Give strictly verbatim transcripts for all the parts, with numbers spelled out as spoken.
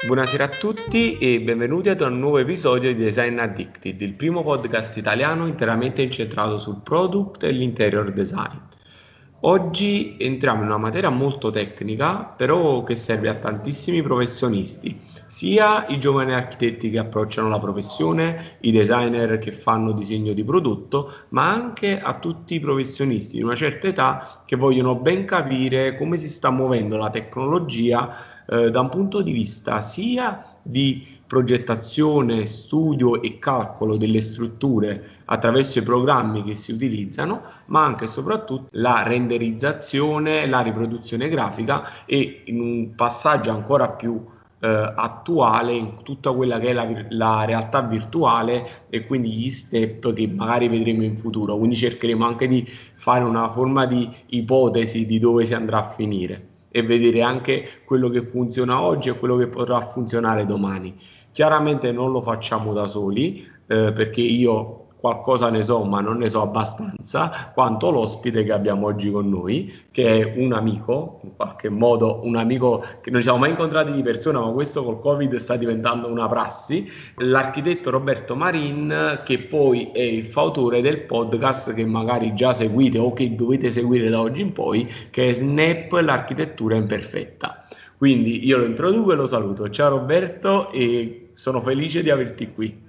Buonasera a tutti e benvenuti ad un nuovo episodio di Design Addicted, il primo podcast italiano interamente incentrato sul product e l'interior design. Oggi entriamo in una materia molto tecnica, però che serve a tantissimi professionisti, sia i giovani architetti che approcciano la professione, i designer che fanno disegno di prodotto, ma anche a tutti i professionisti di una certa età che vogliono ben capire come si sta muovendo la tecnologia eh, da un punto di vista sia di progettazione, studio e calcolo delle strutture attraverso i programmi che si utilizzano, ma anche e soprattutto la renderizzazione, la riproduzione grafica e in un passaggio ancora più eh, attuale in tutta quella che è la, la realtà virtuale e quindi gli step che magari vedremo in futuro. Quindi cercheremo anche di fare una forma di ipotesi di dove si andrà a finire e vedere anche quello che funziona oggi e quello che potrà funzionare domani. Chiaramente non lo facciamo da soli, eh, perché io qualcosa ne so, ma non ne so abbastanza quanto l'ospite che abbiamo oggi con noi, che è un amico, in qualche modo un amico che non ci siamo mai incontrati di persona, ma questo col Covid sta diventando una prassi, l'architetto Roberto Marin, che poi è il fautore del podcast che magari già seguite o che dovete seguire da oggi in poi, che è Snap, l'architettura imperfetta. Quindi io lo introduco e lo saluto. Ciao Roberto e sono felice di averti qui.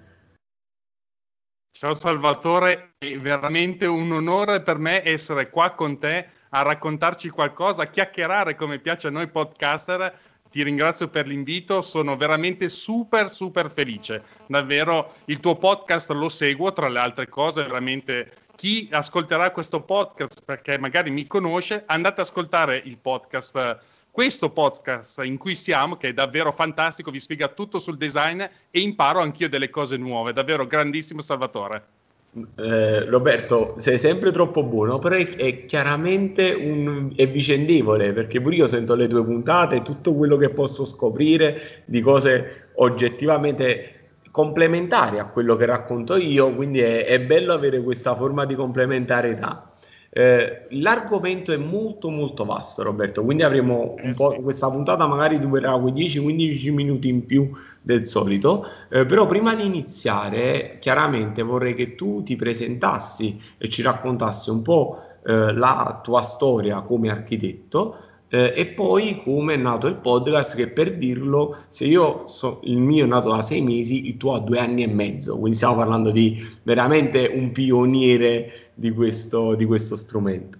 Ciao Salvatore, è veramente un onore per me essere qua con te a raccontarci qualcosa, a chiacchierare come piace a noi podcaster. Ti ringrazio per l'invito, sono veramente super super felice. Davvero il tuo podcast lo seguo tra le altre cose, veramente chi ascolterà questo podcast perché magari mi conosce, andate ad ascoltare il podcast, questo podcast in cui siamo, che è davvero fantastico, vi spiega tutto sul design e imparo anch'io delle cose nuove. Davvero grandissimo Salvatore. Eh, Roberto, sei sempre troppo buono, però è, è chiaramente un, è vicendevole perché pure io sento le tue puntate e tutto quello che posso scoprire di cose oggettivamente complementari a quello che racconto io, quindi è, è bello avere questa forma di complementarietà. Eh, l'argomento è molto molto vasto, Roberto, quindi avremo un Eh po' sì. questa puntata magari durerà quei dieci quindici minuti in più del solito, eh, però prima di iniziare chiaramente vorrei che tu ti presentassi e ci raccontassi un po' eh, la tua storia come architetto, eh, e poi come è nato il podcast, che per dirlo, se io so, il mio è nato da sei mesi, il tuo ha due anni e mezzo, quindi stiamo parlando di veramente un pioniere di questo, di questo strumento.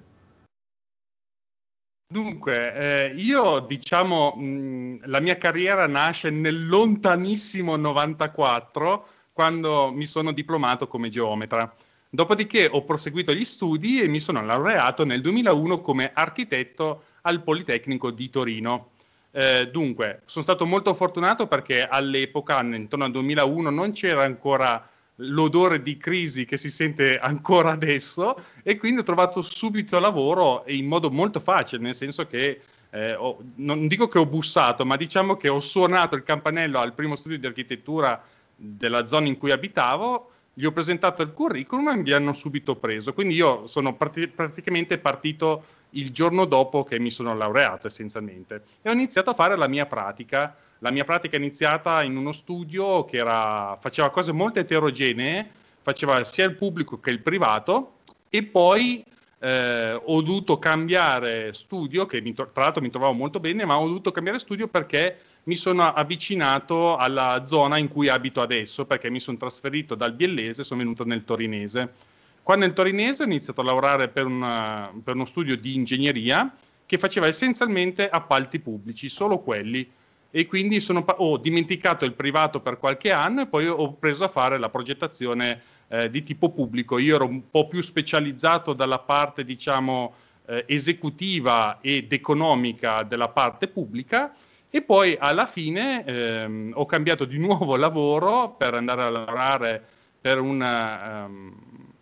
Dunque, eh, io diciamo mh, la mia carriera nasce nel lontanissimo novantaquattro, quando mi sono diplomato come geometra. Dopodiché ho proseguito gli studi e mi sono laureato nel duemilauno come architetto al Politecnico di Torino. Eh, dunque, sono stato molto fortunato perché all'epoca, intorno al duemilauno, non c'era ancora l'odore di crisi che si sente ancora adesso e quindi ho trovato subito lavoro in modo molto facile, nel senso che eh, ho, non dico che ho bussato, ma diciamo che ho suonato il campanello al primo studio di architettura della zona in cui abitavo, gli ho presentato il curriculum e mi hanno subito preso. Quindi io sono parti- praticamente partito il giorno dopo che mi sono laureato essenzialmente e ho iniziato a fare la mia pratica. La mia pratica è iniziata in uno studio che era, faceva cose molto eterogenee, faceva sia il pubblico che il privato e poi eh, ho dovuto cambiare studio, che mi, tra l'altro mi trovavo molto bene, ma ho dovuto cambiare studio perché mi sono avvicinato alla zona in cui abito adesso, perché mi sono trasferito dal biellese e sono venuto nel torinese. Qua nel torinese ho iniziato a lavorare per, una, per uno studio di ingegneria che faceva essenzialmente appalti pubblici, solo quelli. E quindi sono, ho dimenticato il privato per qualche anno e poi ho preso a fare la progettazione eh, di tipo pubblico. Io ero un po' più specializzato dalla parte, diciamo, eh, esecutiva ed economica della parte pubblica e poi alla fine ehm, ho cambiato di nuovo lavoro per andare a lavorare per una, um,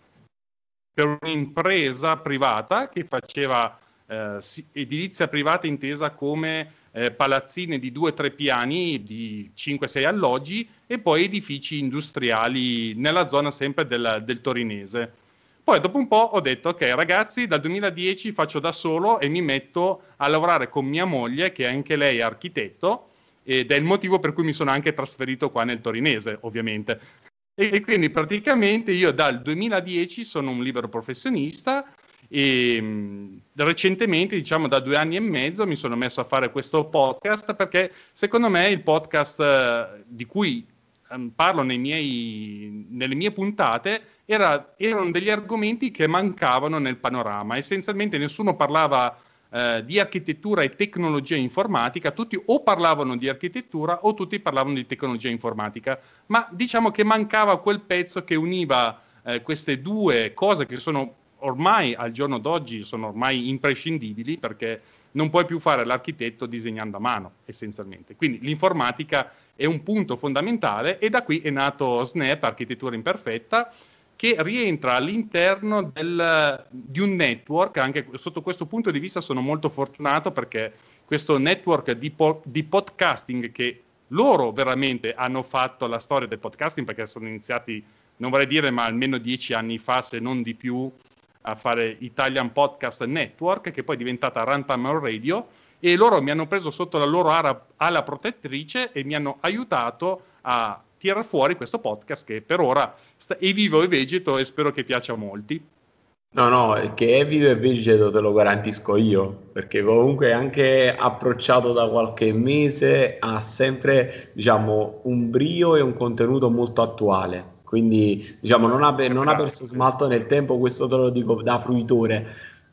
per un'impresa privata che faceva eh, edilizia privata intesa come eh, palazzine di due o tre piani di cinque sei alloggi e poi edifici industriali nella zona sempre del, del torinese. Poi dopo un po' ho detto ok ragazzi, dal duemiladieci faccio da solo e mi metto a lavorare con mia moglie che anche lei è architetto ed è il motivo per cui mi sono anche trasferito qua nel torinese, ovviamente. E quindi praticamente io dal duemiladieci sono un libero professionista e mh, recentemente, diciamo da due anni e mezzo, mi sono messo a fare questo podcast perché secondo me il podcast eh, di cui ehm, parlo nei miei, nelle mie puntate era, erano degli argomenti che mancavano nel panorama. Essenzialmente nessuno parlava eh, di architettura e tecnologia informatica, tutti o parlavano di architettura o tutti parlavano di tecnologia informatica, ma diciamo che mancava quel pezzo che univa eh, queste due cose che sono ormai al giorno d'oggi sono ormai imprescindibili, perché non puoi più fare l'architetto disegnando a mano essenzialmente. Quindi l'informatica è un punto fondamentale e da qui è nato Snap, Architettura Imperfetta, che rientra all'interno del, di un network. Anche sotto questo punto di vista sono molto fortunato, perché questo network di, po- di podcasting, che loro veramente hanno fatto la storia del podcasting, perché sono iniziati, non vorrei dire, ma almeno dieci anni fa, se non di più, a fare Italian Podcast Network, che poi è diventata Runtime Radio, e loro mi hanno preso sotto la loro ara, ala protettrice e mi hanno aiutato a tirare fuori questo podcast che per ora sta, è vivo e vegeto, e spero che piaccia a molti. No, no, che è vivo e vegeto te lo garantisco io, perché comunque anche approcciato da qualche mese ha sempre, diciamo, un brio e un contenuto molto attuale. Quindi, diciamo, non ha, pe- non ha perso smalto nel tempo, questo te lo dico da fruitore.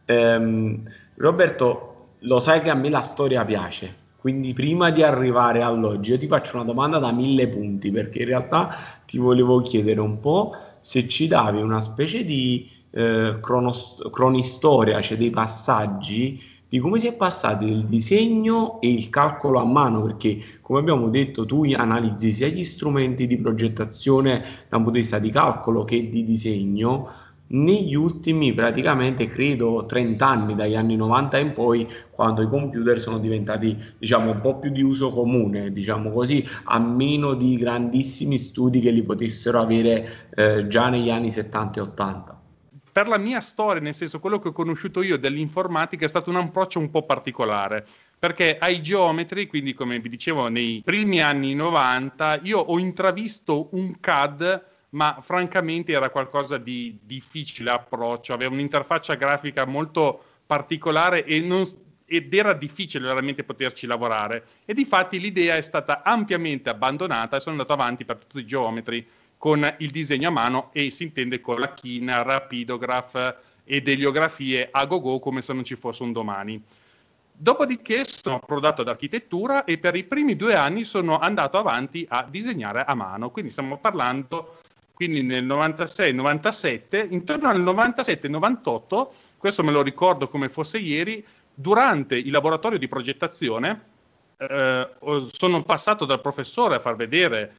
Ehm, Roberto, lo sai che a me la storia piace, quindi prima di arrivare all'oggi io ti faccio una domanda da mille punti, perché in realtà ti volevo chiedere un po' se ci davi una specie di eh, cronos- cronistoria, cioè dei passaggi di come si è passati il disegno e il calcolo a mano, perché come abbiamo detto tu analizzi sia gli strumenti di progettazione da un punto di vista di calcolo che di disegno negli ultimi praticamente credo trenta anni, dagli anni novanta in poi, quando i computer sono diventati diciamo un po' più di uso comune, diciamo così, a meno di grandissimi studi che li potessero avere eh, già negli anni settanta e ottanta. Per la mia storia, nel senso, quello che ho conosciuto io dell'informatica è stato un approccio un po' particolare, perché ai geometri, quindi come vi dicevo nei primi anni novanta, io ho intravisto un C A D, ma francamente era qualcosa di difficile approccio, aveva un'interfaccia grafica molto particolare e non, ed era difficile veramente poterci lavorare. E difatti l'idea è stata ampiamente abbandonata e sono andato avanti per tutti i geometri con il disegno a mano, e si intende con la china, rapidograph ed eliografie a go-go come se non ci fosse un domani. Dopodiché sono approdato ad architettura e per i primi due anni sono andato avanti a disegnare a mano, quindi stiamo parlando quindi nel novantasei novantasette, intorno al novantasette novantotto, questo me lo ricordo come fosse ieri, durante il laboratorio di progettazione eh, sono passato dal professore a far vedere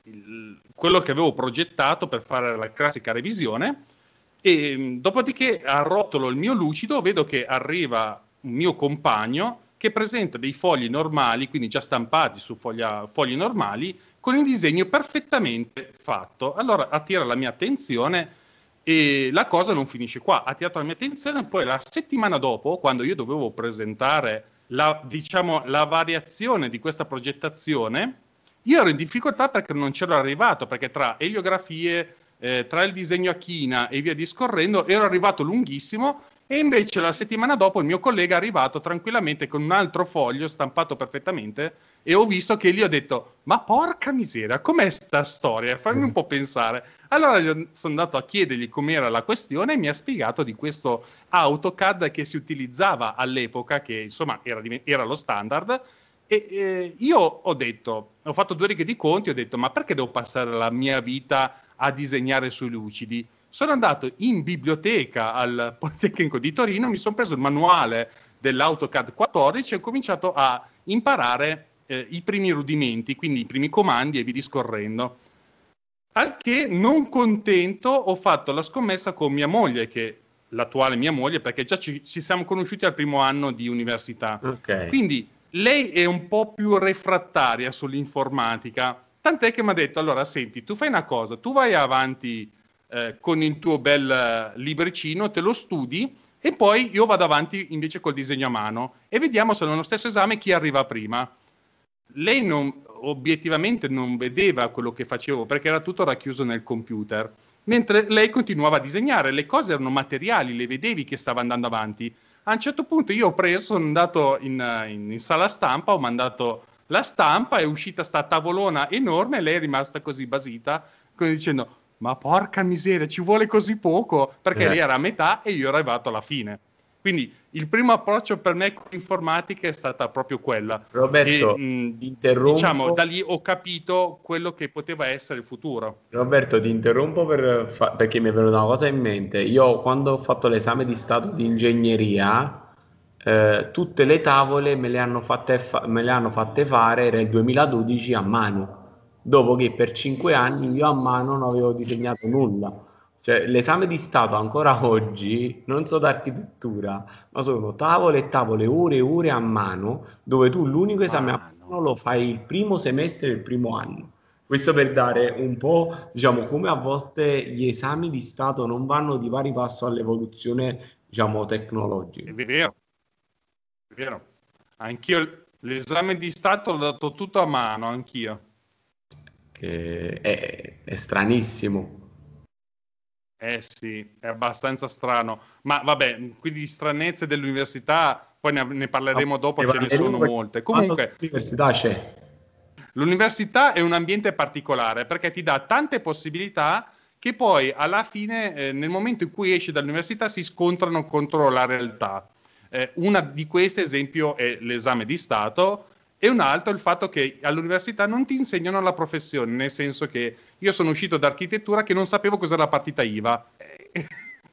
il, quello che avevo progettato per fare la classica revisione, e dopodiché arrotolo il mio lucido, vedo che arriva un mio compagno che presenta dei fogli normali, quindi già stampati su foglia, fogli normali, con il disegno perfettamente fatto. Allora attira la mia attenzione e la cosa non finisce qua. Ha attirato la mia attenzione, poi la settimana dopo, quando io dovevo presentare la, diciamo, la variazione di questa progettazione, io ero in difficoltà perché non c'ero arrivato, perché tra eliografie, eh, tra il disegno a china e via discorrendo, ero arrivato lunghissimo, e invece la settimana dopo il mio collega è arrivato tranquillamente con un altro foglio stampato perfettamente, e ho visto che lì ho detto, ma porca miseria, com'è sta storia? Fammi un po' pensare. Allora gli sono andato a chiedergli com'era la questione e mi ha spiegato di questo AutoCAD che si utilizzava all'epoca, che insomma era, era lo standard. E eh, io ho detto, ho fatto due righe di conti, ho detto, ma perché devo passare la mia vita a disegnare sui lucidi? Sono andato in biblioteca al Politecnico di Torino, mi sono preso il manuale dell'AutoCAD quattordici e ho cominciato a imparare eh, i primi rudimenti, quindi i primi comandi e via discorrendo. Al che, non contento, ho fatto la scommessa con mia moglie, che l'attuale mia moglie, perché già ci, ci siamo conosciuti al primo anno di università. Ok. Quindi lei è un po' più refrattaria sull'informatica, tant'è che mi ha detto, allora senti, tu fai una cosa, tu vai avanti eh, con il tuo bel libricino, te lo studi, e poi io vado avanti invece col disegno a mano, e vediamo se nello stesso esame chi arriva prima. lei non, obiettivamente non vedeva quello che facevo perché era tutto racchiuso nel computer, mentre lei continuava a disegnare, le cose erano materiali, le vedevi che stava andando avanti. A un certo punto io ho preso, sono andato in, in, in sala stampa, ho mandato la stampa, è uscita sta tavolona enorme e lei è rimasta così basita, come dicendo, ma porca miseria, ci vuole così poco, perché lei Eh, era a metà e io ero arrivato alla fine. Quindi il primo approccio per me con l'informatica è stata proprio quella. E Roberto, mh, ti diciamo, interrompo. da lì ho capito quello che poteva essere il futuro. Roberto, ti interrompo per fa- perché mi è venuta una cosa in mente. Io quando ho fatto l'esame di stato di ingegneria, eh, tutte le tavole me le hanno fatte, fa- me le hanno fatte fare nel duemiladodici a mano, dopo che per cinque anni io a mano non avevo disegnato nulla. Cioè, l'esame di stato ancora oggi non so d'architettura, ma sono tavole e tavole, ore e ore a mano, dove tu l'unico esame a Ma mano no. lo fai il primo semestre del primo anno. Questo per dare un po', diciamo, come a volte gli esami di Stato non vanno di pari passo all'evoluzione, diciamo, tecnologica. È vero, è vero. Anch'io l'esame di Stato l'ho dato tutto a mano, anch'io. Che è, è stranissimo. Eh sì, è abbastanza strano. Ma vabbè, quindi di stranezze dell'università, poi ne, ne Ma parleremo dopo, ne ce ne parleremo sono perché molte. quando Comunque, all'università c'è. l'università è un ambiente particolare perché ti dà tante possibilità che poi alla fine, eh, nel momento in cui esci dall'università, si scontrano contro la realtà. Eh, una di queste, esempio, è l'esame di Stato, e un altro è il fatto che all'università non ti insegnano la professione, nel senso che io sono uscito da architettura che non sapevo cos'era la partita I V A. Eh,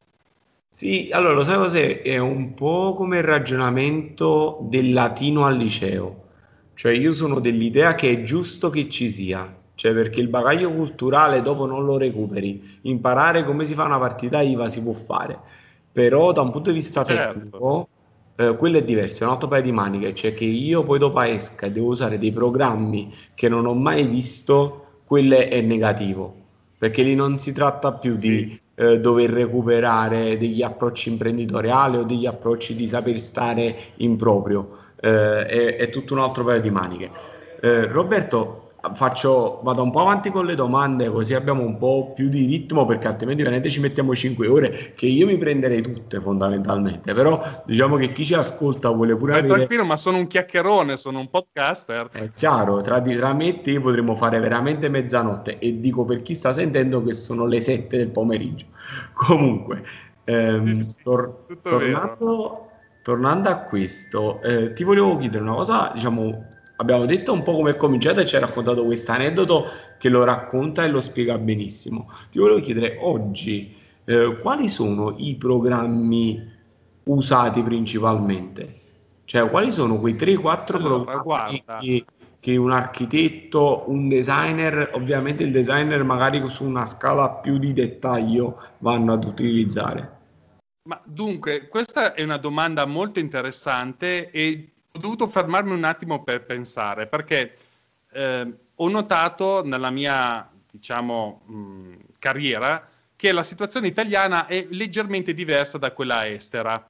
Sì, allora lo sai cos'è? È un po' come il ragionamento del latino al liceo, cioè io sono dell'idea che è giusto che ci sia, cioè perché il bagaglio culturale dopo non lo recuperi, imparare come si fa una partita I V A si può fare, però da un punto di vista certo. tecnico eh, quello è diverso, è un altro paio di maniche, cioè che io poi dopo esca e devo usare dei programmi che non ho mai visto, quello è negativo, perché lì non si tratta più Sì. di eh, dover recuperare degli approcci imprenditoriali o degli approcci di saper stare in proprio. Eh, è, è tutto un altro paio di maniche. Eh, Roberto, faccio, vado un po' avanti con le domande così abbiamo un po' più di ritmo perché altrimenti veramente ci mettiamo cinque ore che io mi prenderei tutte fondamentalmente, però diciamo che chi ci ascolta vuole pure Vai avere. tranquillo, ma sono un chiacchierone, sono un podcaster. È chiaro, tra, di- tra me e te potremmo fare veramente mezzanotte e dico per chi sta sentendo che sono le sette del pomeriggio. Comunque, Sì, ehm, sì, tor- tutto vero. tornando, tornando a questo, eh, ti volevo chiedere una cosa, diciamo, abbiamo detto un po' come è cominciata e ci hai raccontato questo aneddoto che lo racconta e lo spiega benissimo. Ti volevo chiedere oggi, eh, quali sono i programmi usati principalmente? Cioè, quali sono quei tre quattro Allora, programmi guarda, che, che un architetto, un designer, ovviamente il designer magari su una scala più di dettaglio vanno ad utilizzare? ma dunque, questa è una domanda molto interessante e ho dovuto fermarmi un attimo per pensare, perché eh, ho notato nella mia, diciamo, mh, carriera che la situazione italiana è leggermente diversa da quella estera.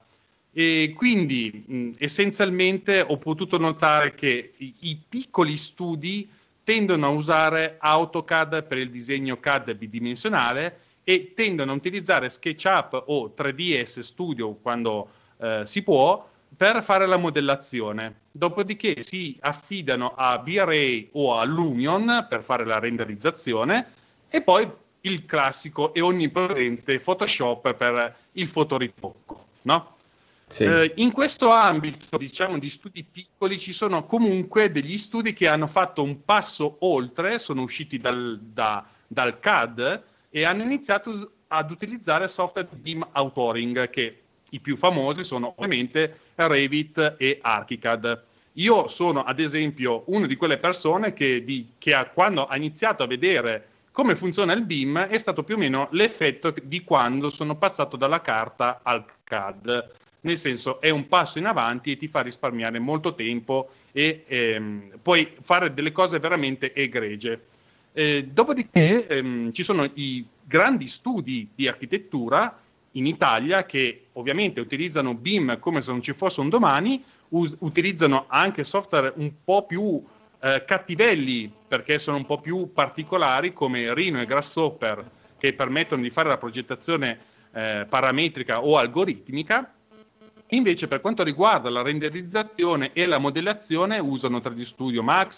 E quindi mh, essenzialmente ho potuto notare che i, i piccoli studi tendono a usare AutoCAD per il disegno C A D bidimensionale e tendono a utilizzare SketchUp o tre D S Studio quando eh, si può per fare la modellazione. Dopodiché si affidano a V-Ray o a Lumion per fare la renderizzazione e poi il classico e onnipresente Photoshop per il fotoritocco, no? Sì. Eh, in questo ambito, diciamo, di studi piccoli, ci sono comunque degli studi che hanno fatto un passo oltre, sono usciti dal, da- dal C A D e hanno iniziato ad utilizzare software di BIM authoring, che i più famosi sono ovviamente Revit e ArchiCAD. Io sono, ad esempio, una di quelle persone che, di- che ha- quando ha iniziato a vedere come funziona il BIM è stato più o meno l'effetto di quando sono passato dalla carta al C A D, nel senso è un passo in avanti e ti fa risparmiare molto tempo e ehm, puoi fare delle cose veramente egregie. Eh, dopodiché ehm, ci sono i grandi studi di architettura in Italia che ovviamente utilizzano BIM come se non ci fosse un domani, us- utilizzano anche software un po' più eh, cattivelli, perché sono un po' più particolari, come Rhino e Grasshopper, che permettono di fare la progettazione eh, parametrica o algoritmica. Invece per quanto riguarda la renderizzazione e la modellazione usano tre D Studio Max,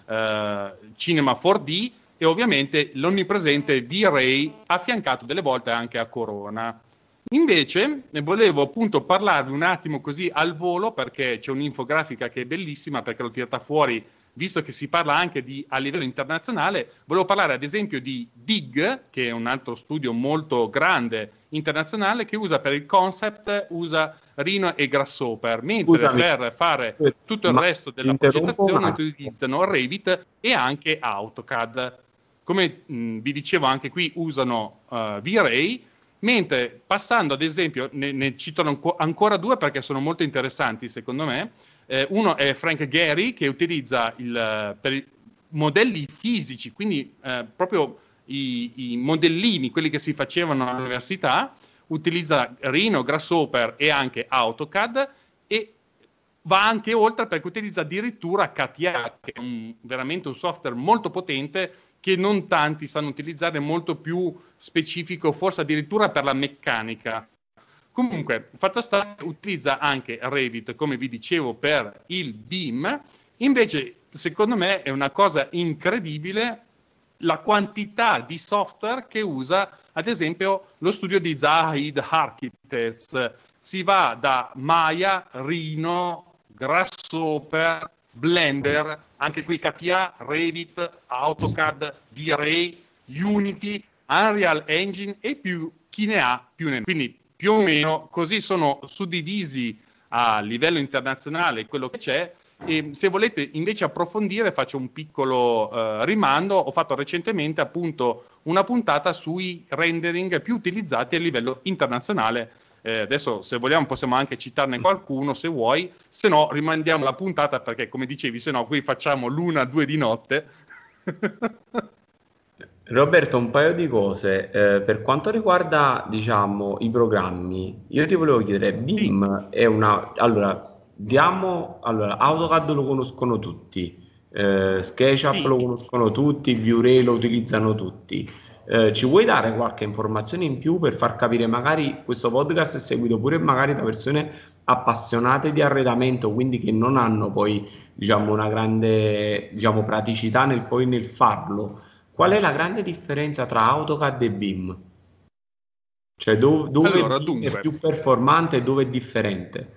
eh, Cinema quattro D e ovviamente l'onnipresente V-Ray, affiancato delle volte anche a Corona. Invece ne volevo appunto parlarvi un attimo così al volo, perché c'è un'infografica che è bellissima, perché l'ho tirata fuori, visto che si parla anche di, a livello internazionale. Volevo parlare ad esempio di Dig, che è un altro studio molto grande internazionale, che usa per il concept, usa Rhino e Grasshopper, mentre Scusami, per fare tutto il ma resto ti della interrompo un progettazione attimo. utilizzano Revit e anche AutoCAD. Come mh, vi dicevo, anche qui usano uh, V-Ray, mentre passando ad esempio, ne, ne cito anco, ancora due perché sono molto interessanti secondo me. Eh, uno è Frank Gehry, che utilizza il, per i modelli fisici, quindi eh, proprio i, i modellini, quelli che si facevano all'università, utilizza Rhino, Grasshopper e anche AutoCAD, e va anche oltre perché utilizza addirittura C A T I A, che è un, veramente un software molto potente che non tanti sanno utilizzare, molto più specifico, forse addirittura per la meccanica. Comunque, fatto sta che utilizza anche Revit, come vi dicevo, per il B I M. Invece, secondo me, è una cosa incredibile la quantità di software che usa, ad esempio, lo studio di Zahid Architects. Si va da Maya, Rhino, Grasshopper, Blender, anche qui C A T I A, Revit, AutoCAD, V-Ray, Unity, Unreal Engine e più chi ne ha più ne ha. Quindi più o meno così sono suddivisi a livello internazionale quello che c'è. E se volete invece approfondire, faccio un piccolo uh, rimando. Ho fatto recentemente appunto una puntata sui rendering più utilizzati a livello internazionale. Eh, adesso se vogliamo possiamo anche citarne qualcuno se vuoi, se no rimandiamo la puntata, perché come dicevi, se no qui facciamo l'una, due di notte. Roberto, un paio di cose. Eh, per quanto riguarda, diciamo, i programmi, io ti volevo chiedere, Sì, B I M è una... Allora, diamo... Allora, AutoCAD lo conoscono tutti, eh, SketchUp sì. lo conoscono tutti, V-Ray lo utilizzano tutti. Eh, ci vuoi dare qualche informazione in più per far capire, magari questo podcast è seguito pure magari da persone appassionate di arredamento, quindi che non hanno poi, diciamo, una grande, diciamo, praticità nel poi nel farlo. Qual è la grande differenza tra AutoCAD e B I M? Cioè dov- dove Allora, B I M è dunque, più performante e dove è differente?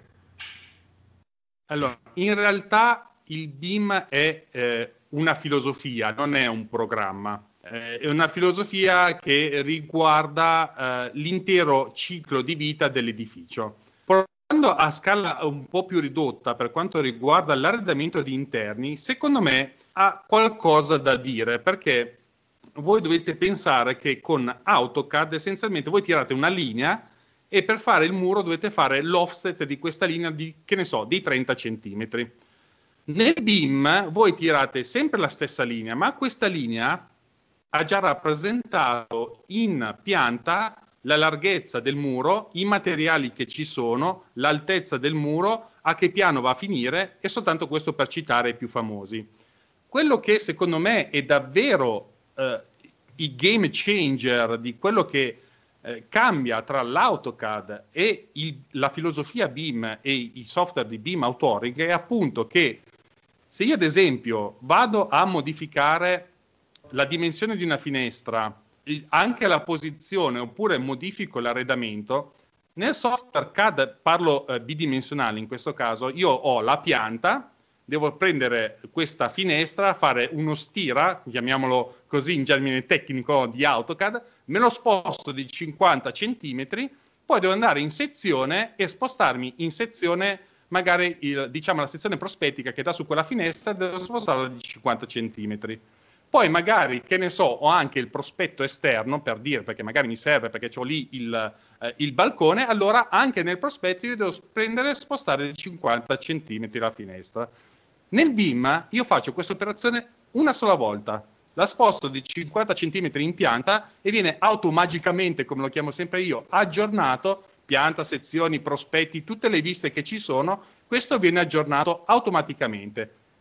allora, in realtà il B I M è eh, una filosofia, non è un programma. Eh, è una filosofia che riguarda eh, l'intero ciclo di vita dell'edificio. Portando a scala un po' più ridotta per quanto riguarda l'arredamento di interni, secondo me ha qualcosa da dire, perché voi dovete pensare che con AutoCAD essenzialmente voi tirate una linea e per fare il muro dovete fare l'offset di questa linea di, che ne so, di trenta centimetri. Nel B I M voi tirate sempre la stessa linea, ma questa linea ha già rappresentato in pianta la larghezza del muro, i materiali che ci sono, l'altezza del muro, a che piano va a finire, e soltanto questo per citare i più famosi. Quello che secondo me è davvero eh, il game changer di quello che eh, cambia tra l'AutoCAD e il, la filosofia B I M e i software di B I M Autoring è appunto che se io ad esempio vado a modificare la dimensione di una finestra, anche la posizione, oppure modifico l'arredamento, nel software C A D, parlo eh, bidimensionale in questo caso, io ho la pianta, devo prendere questa finestra, fare uno stira, chiamiamolo così in germine tecnico di AutoCAD, me lo sposto di cinquanta centimetri, poi devo andare in sezione e spostarmi in sezione, magari il, diciamo la sezione prospettica che dà su quella finestra, devo spostarla di cinquanta centimetri. Poi magari, che ne so, ho anche il prospetto esterno, per dire, perché magari mi serve, perché ho lì il, eh, il balcone, allora anche nel prospetto io devo prendere e spostare di cinquanta centimetri la finestra. Nel B I M io faccio questa operazione una sola volta, la sposto di cinquanta centimetri in pianta e viene automagicamente, come lo chiamo sempre io, aggiornato, pianta, sezioni, prospetti, tutte le viste che ci sono, questo viene aggiornato automaticamente.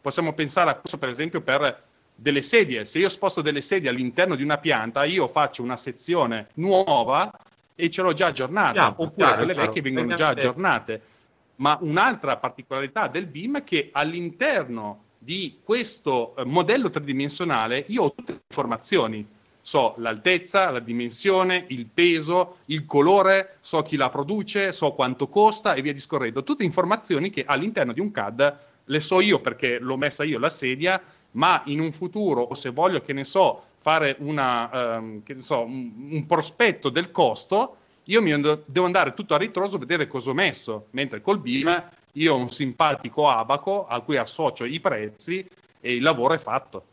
Possiamo pensare a questo per esempio per delle sedie. Se io sposto delle sedie all'interno di una pianta, io faccio una sezione nuova e ce l'ho già aggiornata, Chiaro, oppure chiaro, quelle chiaro. vecchie vengono già Praticamente- aggiornate. Ma un'altra particolarità del B I M è che all'interno di questo eh, modello tridimensionale io ho tutte le informazioni. So l'altezza, la dimensione, il peso, il colore, so chi la produce, so quanto costa e via discorrendo. Tutte informazioni che all'interno di un C A D le so io perché l'ho messa io la sedia, ma in un futuro, o se voglio, che ne so, fare una, ehm, che ne so, un, un prospetto del costo, io mi and- devo andare tutto a ritroso a vedere cosa ho messo, mentre col B I M io ho un simpatico abaco a cui associo i prezzi e il lavoro è fatto.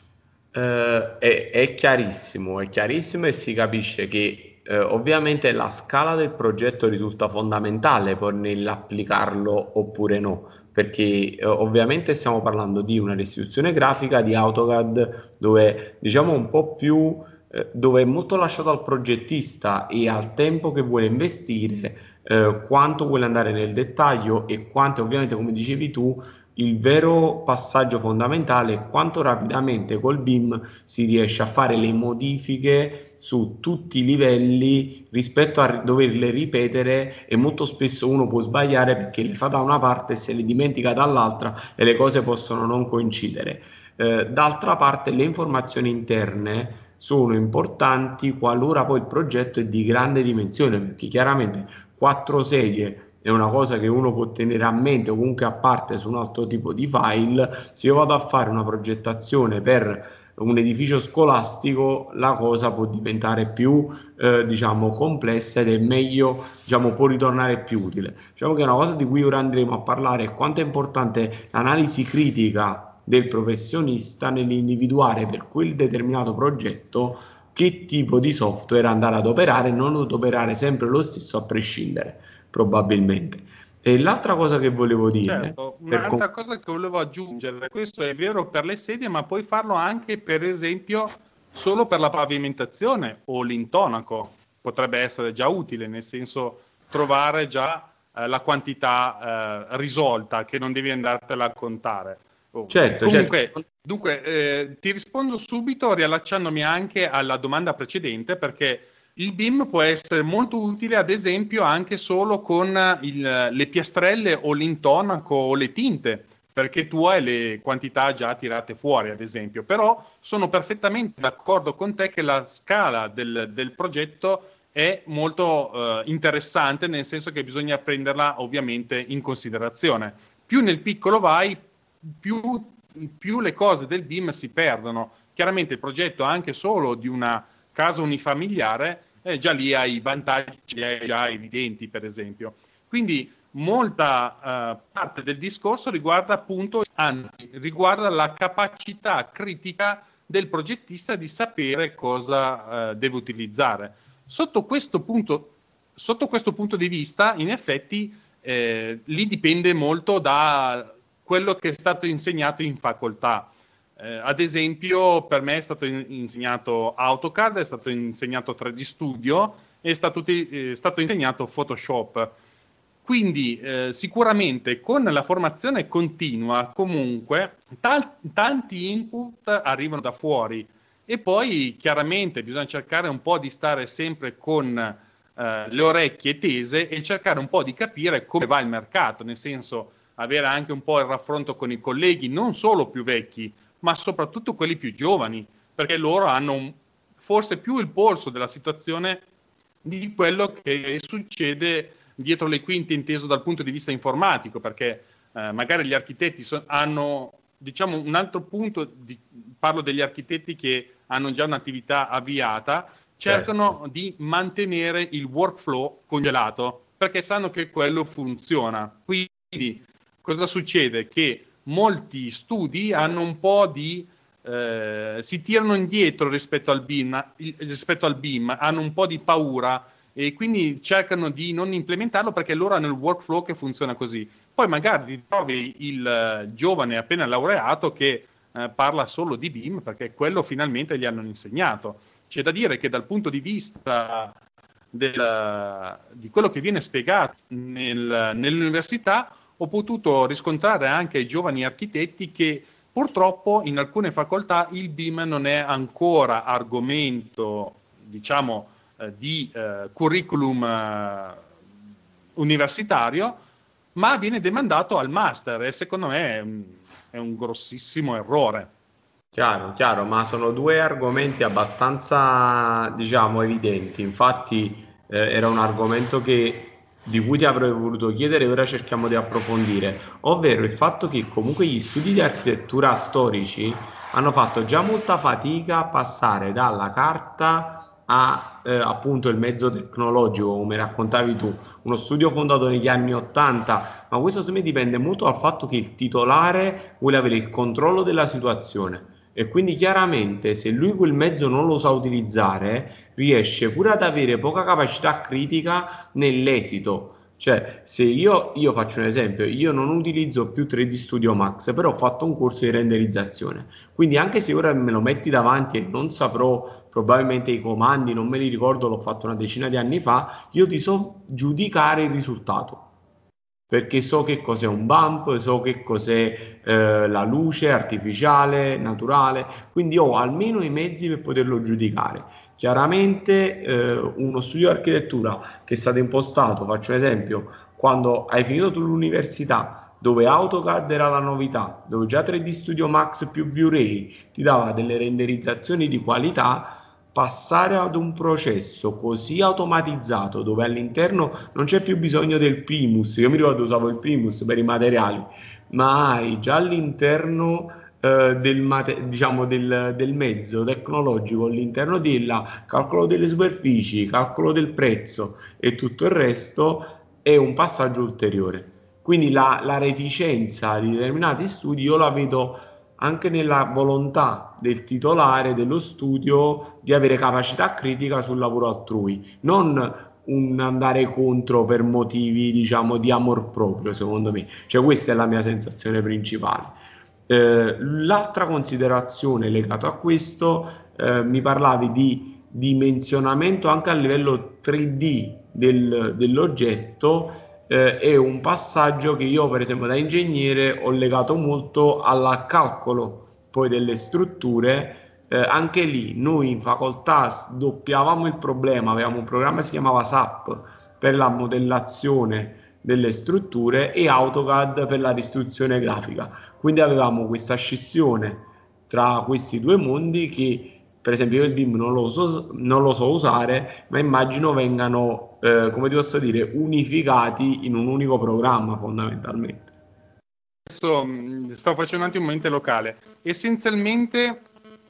Eh, è, è chiarissimo, è chiarissimo e si capisce che eh, ovviamente la scala del progetto risulta fondamentale poi nell'applicarlo oppure no, perché eh, ovviamente stiamo parlando di una restituzione grafica di AutoCAD dove diciamo un po' più, eh, dove è molto lasciato al progettista e al tempo che vuole investire, eh, quanto vuole andare nel dettaglio e quanto ovviamente, come dicevi tu, il vero passaggio fondamentale è quanto rapidamente col B I M si riesce a fare le modifiche su tutti i livelli rispetto a doverle ripetere e molto spesso uno può sbagliare perché le fa da una parte e se le dimentica dall'altra e le cose possono non coincidere. Eh, d'altra parte le informazioni interne sono importanti qualora poi il progetto è di grande dimensione perché chiaramente quattro sedie è una cosa che uno può tenere a mente o comunque a parte su un altro tipo di file. Se io vado a fare una progettazione per un edificio scolastico, la cosa può diventare più eh, diciamo complessa ed è meglio, diciamo, può ritornare più utile. Diciamo che una cosa di cui ora andremo a parlare è quanto è importante l'analisi critica del professionista nell'individuare per quel determinato progetto che tipo di software andare ad operare, non adoperare sempre lo stesso a prescindere probabilmente. E l'altra cosa che volevo dire, Certo, per con- un'altra cosa che volevo aggiungere, questo è vero per le sedie, ma puoi farlo anche, per esempio, solo per la pavimentazione o l'intonaco. Potrebbe essere già utile, nel senso trovare già eh, la quantità eh, risolta, che non devi andartela a contare. Oh, certo, certo, Comunque, dunque, eh, ti rispondo subito riallacciandomi anche alla domanda precedente, perché il B I M può essere molto utile, ad esempio, anche solo con il- le piastrelle o l'intonaco o le tinte, perché tu hai le quantità già tirate fuori, ad esempio. Però sono perfettamente d'accordo con te che la scala del, del progetto è molto eh, interessante, nel senso che bisogna prenderla ovviamente in considerazione. Più nel piccolo vai, più, più le cose del B I M si perdono. Chiaramente il progetto anche solo di una casa unifamiliare, eh, già lì hai i vantaggi hai già evidenti, per esempio. Quindi molta eh, parte del discorso riguarda appunto, anzi, riguarda la capacità critica del progettista di sapere cosa eh, deve utilizzare. Sotto questo punto, sotto questo punto di vista, in effetti, eh, lì dipende molto da quello che è stato insegnato in facoltà. Eh, ad esempio, per me è stato in- insegnato AutoCAD, è stato insegnato tre D Studio e è stato, uti- è stato insegnato Photoshop. Quindi eh, sicuramente con la formazione continua comunque tal- tanti input arrivano da fuori e poi chiaramente bisogna cercare un po' di stare sempre con eh, le orecchie tese e cercare un po' di capire come va il mercato, nel senso avere anche un po' il raffronto con i colleghi, non solo più vecchi, ma soprattutto quelli più giovani, perché loro hanno un- forse più il polso della situazione di quello che succede dietro le quinte, inteso dal punto di vista informatico, perché eh, magari gli architetti so- hanno, diciamo, un altro punto, di- parlo degli architetti che hanno già un'attività avviata, certo. cercano di mantenere il workflow congelato, perché sanno che quello funziona. Quindi cosa succede? Che molti studi hanno un po' di eh, si tirano indietro rispetto al B I M, rispetto al B I M, hanno un po' di paura e quindi cercano di non implementarlo perché loro hanno il workflow che funziona così. Poi magari trovi il eh, giovane appena laureato che eh, parla solo di B I M perché quello finalmente gli hanno insegnato. C'è da dire che dal punto di vista del, di quello che viene spiegato nel, nell'università, ho potuto riscontrare anche ai giovani architetti che purtroppo in alcune facoltà il B I M non è ancora argomento, diciamo, eh, di eh, curriculum eh, universitario, ma viene demandato al master e secondo me è un, è un grossissimo errore. Chiaro, chiaro, ma sono due argomenti abbastanza, diciamo, evidenti. Infatti, eh, era un argomento che- di cui ti avrei voluto chiedere e ora cerchiamo di approfondire, ovvero il fatto che comunque gli studi di architettura storici hanno fatto già molta fatica a passare dalla carta a, eh, appunto il mezzo tecnologico, come raccontavi tu, uno studio fondato negli anni ottanta, ma questo secondo me dipende molto dal fatto che il titolare vuole avere il controllo della situazione. E quindi chiaramente se lui quel mezzo non lo sa utilizzare, riesce pure ad avere poca capacità critica nell'esito. Cioè, se io, io faccio un esempio, io non utilizzo più tre D Studio Max, però ho fatto un corso di renderizzazione. Quindi anche se ora me lo metti davanti e non saprò probabilmente i comandi, non me li ricordo, l'ho fatto una decina di anni fa, io ti so giudicare il risultato perché so che cos'è un bump, so che cos'è eh, la luce artificiale, naturale, quindi ho almeno i mezzi per poterlo giudicare. Chiaramente eh, uno studio di architettura che è stato impostato, faccio un esempio, quando hai finito tu l'università, dove AutoCAD era la novità, dove già tre D Studio Max più V-Ray ti dava delle renderizzazioni di qualità, passare ad un processo così automatizzato dove all'interno non c'è più bisogno del primus, io mi ricordo usavo il primus per i materiali, ma hai già all'interno eh, del, mate- diciamo del, del mezzo tecnologico, all'interno del calcolo delle superfici, calcolo del prezzo e tutto il resto è un passaggio ulteriore. Quindi la, la reticenza di determinati studi io la vedo anche nella volontà del titolare dello studio di avere capacità critica sul lavoro altrui, non un andare contro per motivi, diciamo, di amor proprio, secondo me. Cioè, questa è la mia sensazione principale. Eh, l'altra considerazione legata a questo, eh, mi parlavi di dimensionamento anche a livello tre D del- dell'oggetto, eh, è un passaggio che io, per esempio, da ingegnere ho legato molto al calcolo poi delle strutture. Eh, anche lì noi in facoltà doppiavamo il problema, avevamo un programma che si chiamava S A P per la modellazione delle strutture e AutoCAD per la ristruzione grafica. Quindi avevamo questa scissione tra questi due mondi che per esempio io il B I M non lo so, non lo so usare, ma immagino vengano, eh, come ti posso dire, unificati in un unico programma fondamentalmente. Adesso mh, sto facendo anche un mente locale. Essenzialmente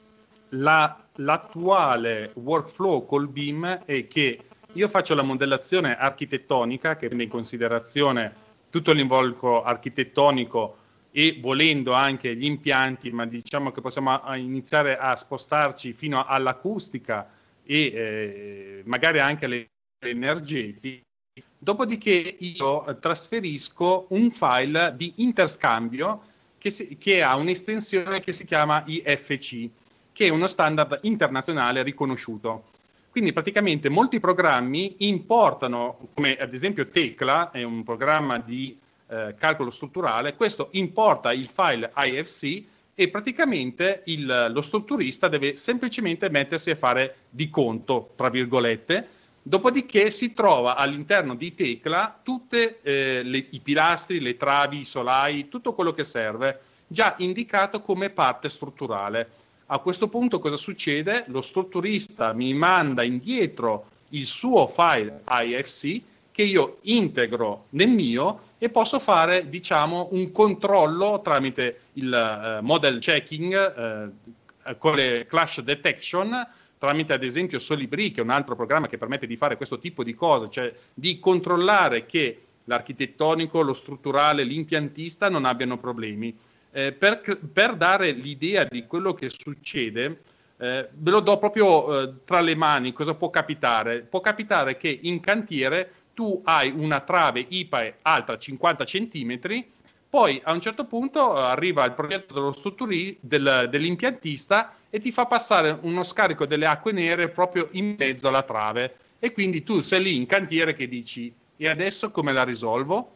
la- l'attuale workflow col B I M è che io faccio la modellazione architettonica che prende in considerazione tutto l'involucro architettonico e volendo anche gli impianti, ma diciamo che possiamo a- iniziare a spostarci fino all'acustica e eh, magari anche alle energetiche. Dopodiché io eh, trasferisco un file di interscambio che, si- che ha un'estensione che si chiama I F C, che è uno standard internazionale riconosciuto. Quindi praticamente molti programmi importano, come ad esempio Tecla, è un programma di eh, calcolo strutturale, questo importa il file I F C e praticamente il- lo strutturista deve semplicemente mettersi a fare di conto, tra virgolette. Dopodiché si trova all'interno di Tecla tutti eh, i pilastri, le travi, i solai, tutto quello che serve, già indicato come parte strutturale. A questo punto cosa succede? Lo strutturista mi manda indietro il suo file I F C che io integro nel mio e posso fare, diciamo, un controllo tramite il eh, model checking eh, con le clash detection, tramite ad esempio Solibri, che è un altro programma che permette di fare questo tipo di cose, cioè di controllare che l'architettonico, lo strutturale, l'impiantista non abbiano problemi. Eh, per, per dare l'idea di quello che succede, eh, ve lo do proprio eh, tra le mani, cosa può capitare? Può capitare che in cantiere tu hai una trave I P A E alta cinquanta centimetri, poi a un certo punto arriva il progetto dello strutturi, del, dell'impiantista e ti fa passare uno scarico delle acque nere proprio in mezzo alla trave e quindi tu sei lì in cantiere che dici e adesso come la risolvo?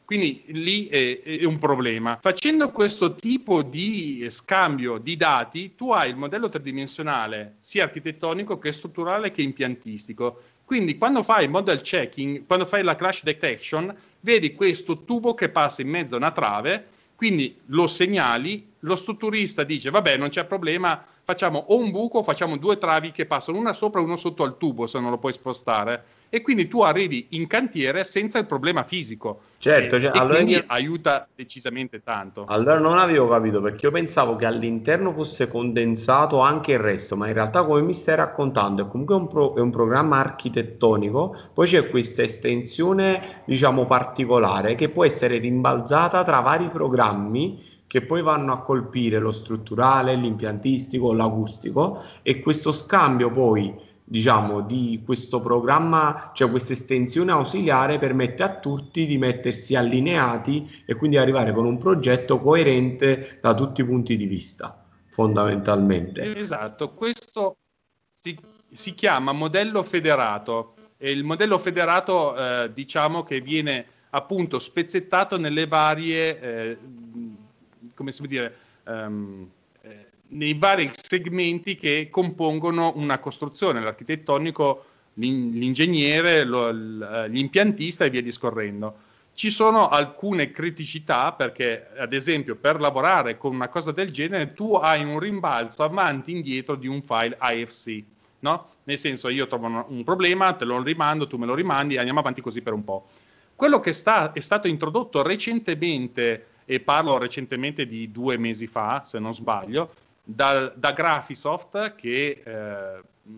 Quindi lì è, è un problema. Facendo questo tipo di scambio di dati, tu hai il modello tridimensionale sia architettonico che strutturale che impiantistico. Quindi quando fai il model checking, quando fai la crash detection, vedi questo tubo che passa in mezzo a una trave, quindi lo segnali, lo strutturista dice vabbè non c'è problema, facciamo o un buco o facciamo due travi che passano una sopra e uno sotto al tubo se non lo puoi spostare, e quindi tu arrivi in cantiere senza il problema fisico. Certo, E, cioè, e allora, quindi io- aiuta decisamente tanto. allora non avevo capito perché io pensavo che all'interno fosse condensato anche il resto, ma in realtà come mi stai raccontando è comunque un, pro- è un programma architettonico, poi c'è questa estensione, diciamo, particolare che può essere rimbalzata tra vari programmi che poi vanno a colpire lo strutturale, l'impiantistico, l'acustico, e questo scambio poi, diciamo, di questo programma, cioè questa estensione ausiliare permette a tutti di mettersi allineati e quindi arrivare con un progetto coerente da tutti i punti di vista, fondamentalmente. Esatto, questo si, si chiama modello federato, e il modello federato eh, diciamo che viene appunto spezzettato nelle varie, eh, come si può dire, ehm, eh, nei vari segmenti che compongono una costruzione, l'architettonico, l'in- l'ingegnere, lo- l- l'impiantista e via discorrendo. Ci sono alcune criticità perché, ad esempio, per lavorare con una cosa del genere tu hai un rimbalzo avanti e indietro di un file I F C, no? Nel senso, io trovo un, un problema, te lo rimando, tu me lo rimandi, andiamo avanti così per un po'. Quello che sta, è stato introdotto recentemente, e parlo recentemente di due mesi fa, se non sbaglio, da, da Graphisoft, che eh,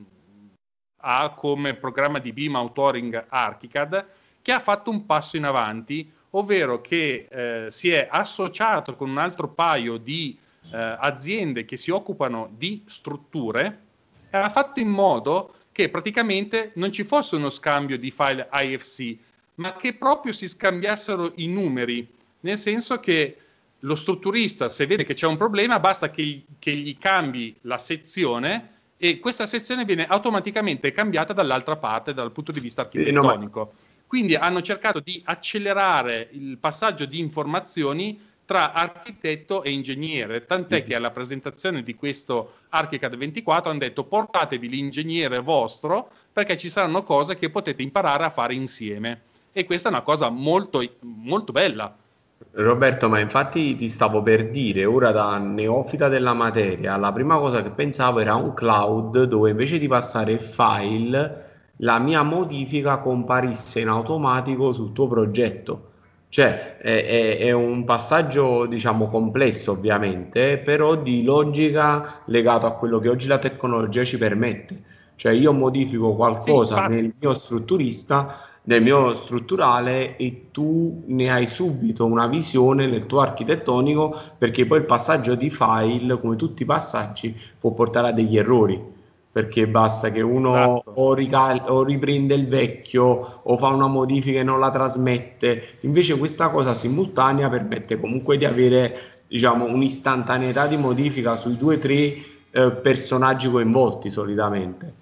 ha come programma di B I M Authoring Archicad, che ha fatto un passo in avanti, ovvero che eh, si è associato con un altro paio di eh, aziende che si occupano di strutture e ha fatto in modo che praticamente non ci fosse uno scambio di file I F C, ma che proprio si scambiassero i numeri, nel senso che lo strutturista, se vede che c'è un problema, basta che, che gli cambi la sezione e questa sezione viene automaticamente cambiata dall'altra parte dal punto di vista Eh, no, ma architettonico. Quindi hanno cercato di accelerare il passaggio di informazioni tra architetto e ingegnere, tant'è che alla presentazione di questo ArchiCAD ventiquattro hanno detto portatevi l'ingegnere vostro perché ci saranno cose che potete imparare a fare insieme. E questa è una cosa molto, molto bella. Roberto, ma infatti ti stavo per dire, ora da neofita della materia, la prima cosa che pensavo era un cloud dove invece di passare il file, la mia modifica comparisse in automatico sul tuo progetto. Cioè, è, è- è un passaggio, diciamo, complesso ovviamente, però di logica legato a quello che oggi la tecnologia ci permette. Cioè, io modifico Sì, qualcosa nel infatti. mio strutturista nel mio strutturale e tu ne hai subito una visione nel tuo architettonico perché poi il passaggio di file, come tutti i passaggi, può portare a degli errori perché basta che uno Esatto. o, rical- o riprende il vecchio o fa una modifica e non la trasmette. Invece questa cosa simultanea permette comunque di avere, diciamo, un'istantaneità di modifica sui due o tre eh, personaggi coinvolti solitamente.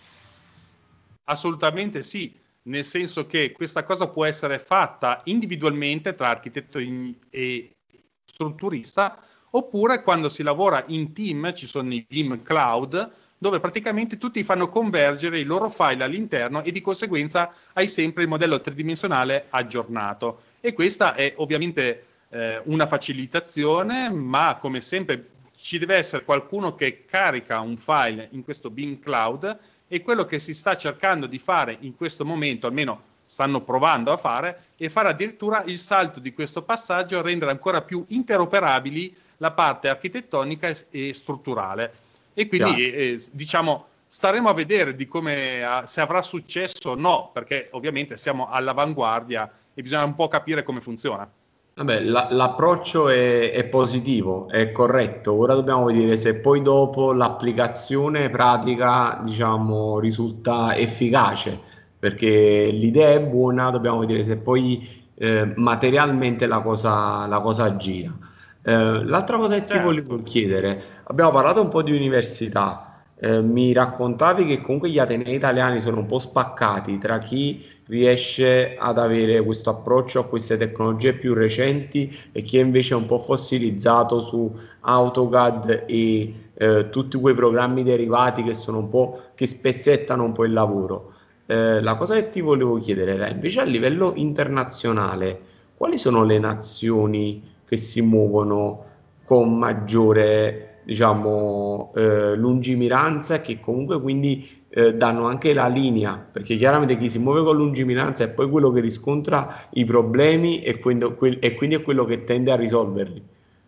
Assolutamente sì, nel senso che questa cosa può essere fatta individualmente tra architetto in- e strutturista, oppure quando si lavora in team, ci sono i team cloud, dove praticamente tutti fanno convergere i loro file all'interno e di conseguenza hai sempre il modello tridimensionale aggiornato. E questa è ovviamente eh, una facilitazione, ma come sempre ci deve essere qualcuno che carica un file in questo Beam Cloud, e quello che si sta cercando di fare in questo momento, almeno stanno provando a fare, è fare addirittura il salto di questo passaggio, rendere ancora più interoperabili la parte architettonica e, e strutturale. E quindi Chiaro. eh, eh, diciamo staremo a vedere di come, ah, se avrà successo o no, perché ovviamente siamo all'avanguardia e bisogna un po' capire come funziona. Vabbè, la- l'approccio è, è positivo, è corretto. Ora dobbiamo vedere se poi dopo l'applicazione pratica, diciamo, risulta efficace, perché l'idea è buona, dobbiamo vedere se poi eh, materialmente la cosa, la cosa gira. Eh, l'altra cosa che ti Certo. volevo chiedere, abbiamo parlato un po' di università. Eh, mi raccontavi che comunque gli atenei italiani sono un po' spaccati tra chi riesce ad avere questo approccio a queste tecnologie più recenti e chi è invece un po' fossilizzato su AutoCAD e eh, tutti quei programmi derivati che sono un po' che spezzettano un po' il lavoro. Eh, la cosa che ti volevo chiedere era invece a livello internazionale, quali sono le nazioni che si muovono con maggiore, diciamo, eh, lungimiranza e che comunque quindi eh, danno anche la linea, perché chiaramente chi si muove con lungimiranza è poi quello che riscontra i problemi e, quindi quel- e quindi è quello che tende a risolverli.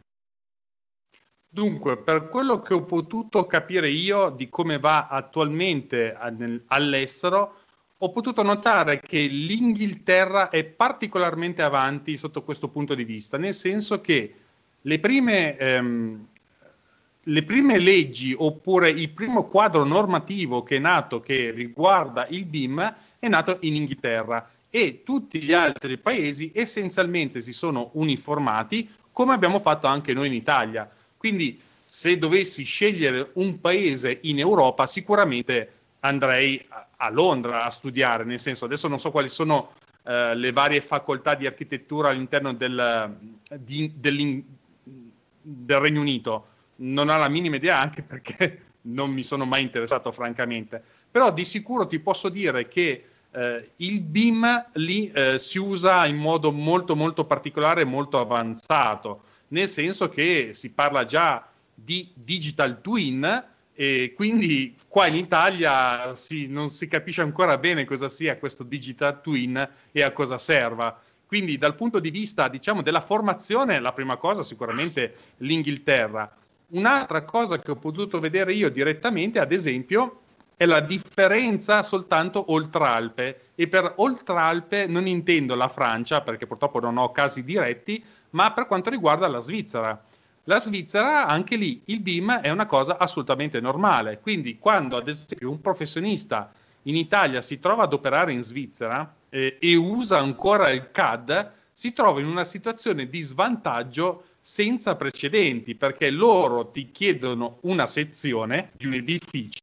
Dunque, per quello che ho potuto capire io di come va attualmente a- nel- all'estero, ho potuto notare che l'Inghilterra è particolarmente avanti sotto questo punto di vista, nel senso che le prime, ehm, le prime leggi oppure il primo quadro normativo che è nato che riguarda il B I M è nato in Inghilterra e tutti gli altri paesi essenzialmente si sono uniformati come abbiamo fatto anche noi in Italia. Quindi se dovessi scegliere un paese in Europa, sicuramente andrei a, a Londra a studiare, nel senso adesso non so quali sono eh, le varie facoltà di architettura all'interno del, di, del Regno Unito, non ho la minima idea anche perché non mi sono mai interessato francamente, però di sicuro ti posso dire che eh, il B I M lì eh, si usa in modo molto molto particolare e molto avanzato, nel senso che si parla già di digital twin e quindi qua in Italia si, non si capisce ancora bene cosa sia questo digital twin e a cosa serva. Quindi dal punto di vista, diciamo, della formazione, la prima cosa sicuramente l'Inghilterra. Un'altra cosa che ho potuto vedere io direttamente, ad esempio, è la differenza soltanto Oltralpe. E per Oltralpe non intendo la Francia, perché purtroppo non ho casi diretti, ma per quanto riguarda la Svizzera. La Svizzera, anche lì, il B I M è una cosa assolutamente normale. Quindi, quando ad esempio un professionista in Italia si trova ad operare in Svizzera eh, e usa ancora il C A D, si trova in una situazione di svantaggio senza precedenti, perché loro ti chiedono una sezione di un edificio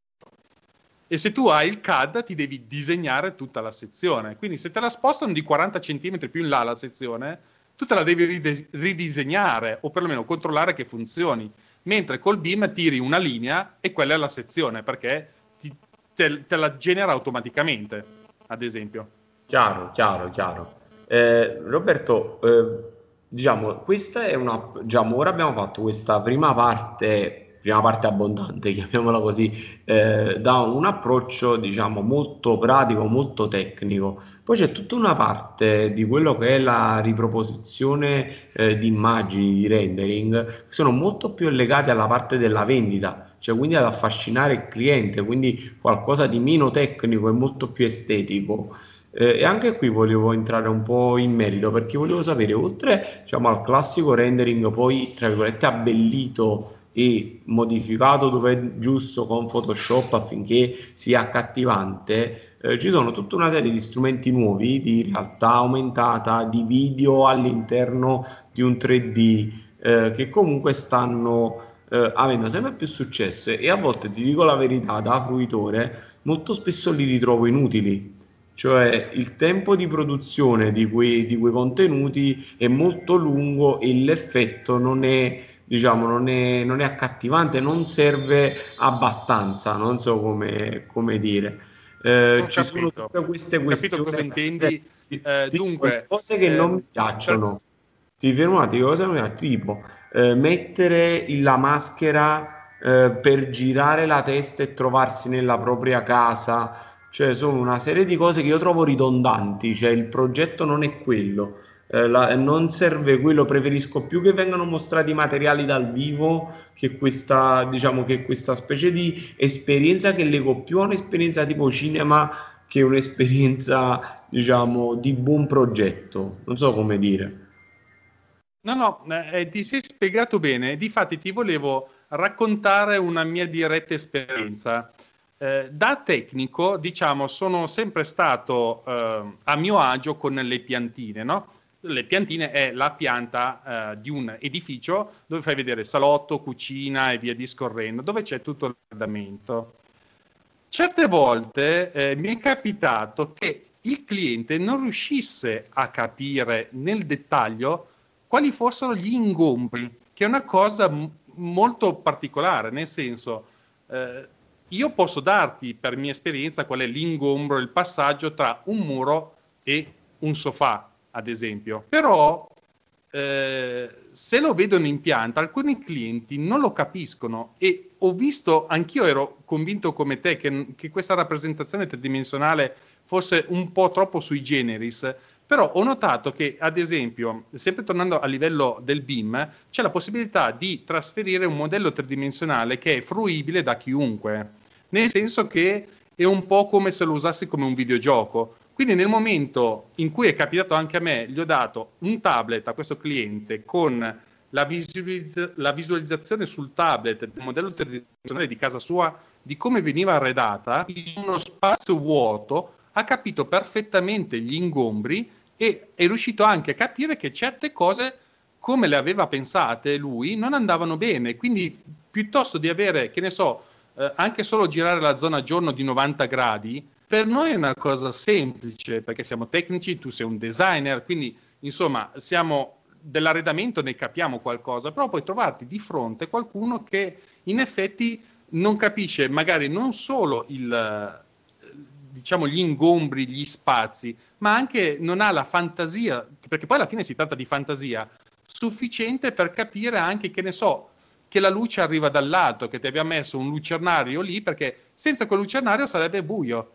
e se tu hai il C A D ti devi disegnare tutta la sezione. Quindi se te la spostano di quaranta centimetri più in là la sezione, tu te la devi ride- ridisegnare o perlomeno controllare che funzioni. Mentre col B I M tiri una linea e quella è la sezione perché ti- te, te la genera automaticamente, ad esempio. Chiaro, chiaro, chiaro. Eh, Roberto, eh, diciamo, questa è una, diciamo, ora abbiamo fatto questa prima parte, prima parte abbondante, chiamiamola così, eh, da un approccio, diciamo, molto pratico, molto tecnico. Poi c'è tutta una parte di quello che è la riproposizione, eh, di immagini, di rendering, che sono molto più legati alla parte della vendita, cioè quindi ad affascinare il cliente, quindi qualcosa di meno tecnico e molto più estetico. Eh, e anche qui volevo entrare un po' in merito perché volevo sapere, oltre, diciamo, al classico rendering poi, tra virgolette, abbellito e modificato dove è giusto con Photoshop affinché sia accattivante, eh, ci sono tutta una serie di strumenti nuovi di realtà aumentata, di video all'interno di un tre D, eh, che comunque stanno eh, avendo sempre più successo e a volte, ti dico la verità, da fruitore, molto spesso li ritrovo inutili. Cioè il tempo di produzione di quei, di quei contenuti è molto lungo e l'effetto non è, diciamo, non è, non è accattivante, non serve abbastanza, non so come, come dire. Eh, Ho ci sono capito, tutte queste ho capito questioni, cosa per esempio, intendi. ti, Eh, ti dico, le dunque, cose che non mi ehm, per piacciono, ti fermo un attimo, cosa non mi piace? Tipo eh, mettere la maschera eh, per girare la testa e trovarsi nella propria casa, cioè sono una serie di cose che io trovo ridondanti, cioè il progetto non è quello, eh, la- non serve quello, preferisco più che vengano mostrati materiali dal vivo che questa, diciamo, che questa specie di esperienza che lego più a un'esperienza tipo cinema che un'esperienza, diciamo, di buon progetto, non so come dire. No, no, eh, ti sei spiegato bene. Difatti ti volevo raccontare una mia diretta esperienza. Eh, da tecnico, diciamo, sono sempre stato eh, a mio agio con le piantine, no? Le piantine è la pianta eh, di un edificio dove fai vedere salotto, cucina e via discorrendo, dove c'è tutto l'arredamento. certe volte eh, mi è capitato che il cliente non riuscisse a capire nel dettaglio quali fossero gli ingombri, che è una cosa m- molto particolare, nel senso, eh, io posso darti per mia esperienza qual è l'ingombro, il passaggio tra un muro e un sofà, ad esempio, però eh, se lo vedono in pianta, alcuni clienti non lo capiscono e ho visto, anch'io ero convinto come te che, che questa rappresentazione tridimensionale fosse un po' troppo sui generis, però ho notato che, ad esempio, sempre tornando a livello del B I M, c'è la possibilità di trasferire un modello tridimensionale che è fruibile da chiunque, nel senso che è un po' come se lo usassi come un videogioco. Quindi nel momento in cui è capitato anche a me, gli ho dato un tablet a questo cliente con la, visualizz- la visualizzazione sul tablet del modello tridimensionale di casa sua, di come veniva arredata, in uno spazio vuoto, ha capito perfettamente gli ingombri e è riuscito anche a capire che certe cose, come le aveva pensate lui, non andavano bene. Quindi piuttosto di avere, che ne so, eh, anche solo girare la zona a giorno di novanta gradi, per noi è una cosa semplice, perché siamo tecnici, tu sei un designer, quindi insomma siamo dell'arredamento, ne capiamo qualcosa, però puoi trovarti di fronte qualcuno che in effetti non capisce magari non solo il, diciamo, gli ingombri, gli spazi, ma anche non ha la fantasia, perché poi alla fine si tratta di fantasia, sufficiente per capire anche, che ne so, che la luce arriva dall'alto, che ti abbia messo un lucernario lì, perché senza quel lucernario sarebbe buio.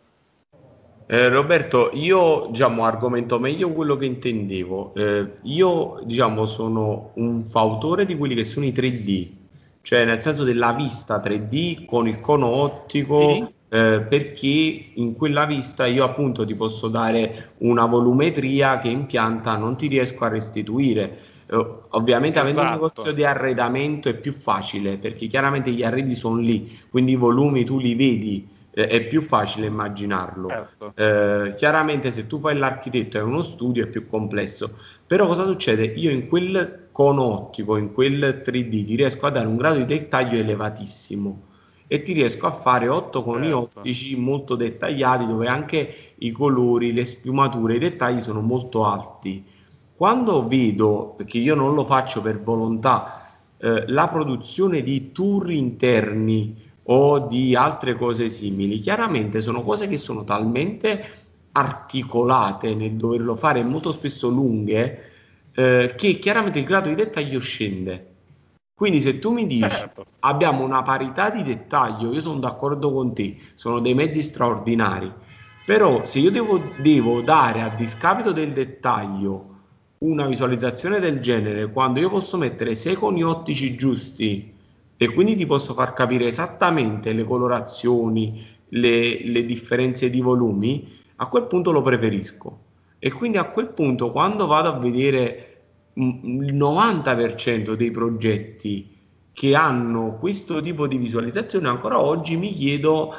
Eh, Roberto, io diciamo argomento meglio quello che intendevo. Eh, io diciamo sono un fautore di quelli che sono i tre D, cioè nel senso della vista tre D con il cono ottico, Sì, eh, perché in quella vista io appunto ti posso dare una volumetria che in pianta non ti riesco a restituire. Eh, ovviamente avendo un negozio esatto, di arredamento è più facile perché chiaramente gli arredi sono lì, quindi i volumi tu li vedi, eh, è più facile immaginarlo. certo. Eh, chiaramente se tu fai l'architetto e uno studio è più complesso, però cosa succede? Io in quel cono ottico, in quel tre D ti riesco a dare un grado di dettaglio elevatissimo e ti riesco a fare otto coni Certo. ottici molto dettagliati dove anche i colori, le sfumature, i dettagli sono molto alti. Quando vedo, perché io non lo faccio per volontà, eh, la produzione di tour interni o di altre cose simili, chiaramente sono cose che sono talmente articolate nel doverlo fare, molto spesso lunghe, eh, che chiaramente il grado di dettaglio scende. Quindi se tu mi dici Certo, abbiamo una parità di dettaglio, io sono d'accordo con te, sono dei mezzi straordinari, però se io devo, devo dare a discapito del dettaglio una visualizzazione del genere, quando io posso mettere sei coni ottici giusti e quindi ti posso far capire esattamente le colorazioni, le, le differenze di volumi, a quel punto lo preferisco. E quindi a quel punto, quando vado a vedere mm, il novanta per cento dei progetti che hanno questo tipo di visualizzazione, ancora oggi mi chiedo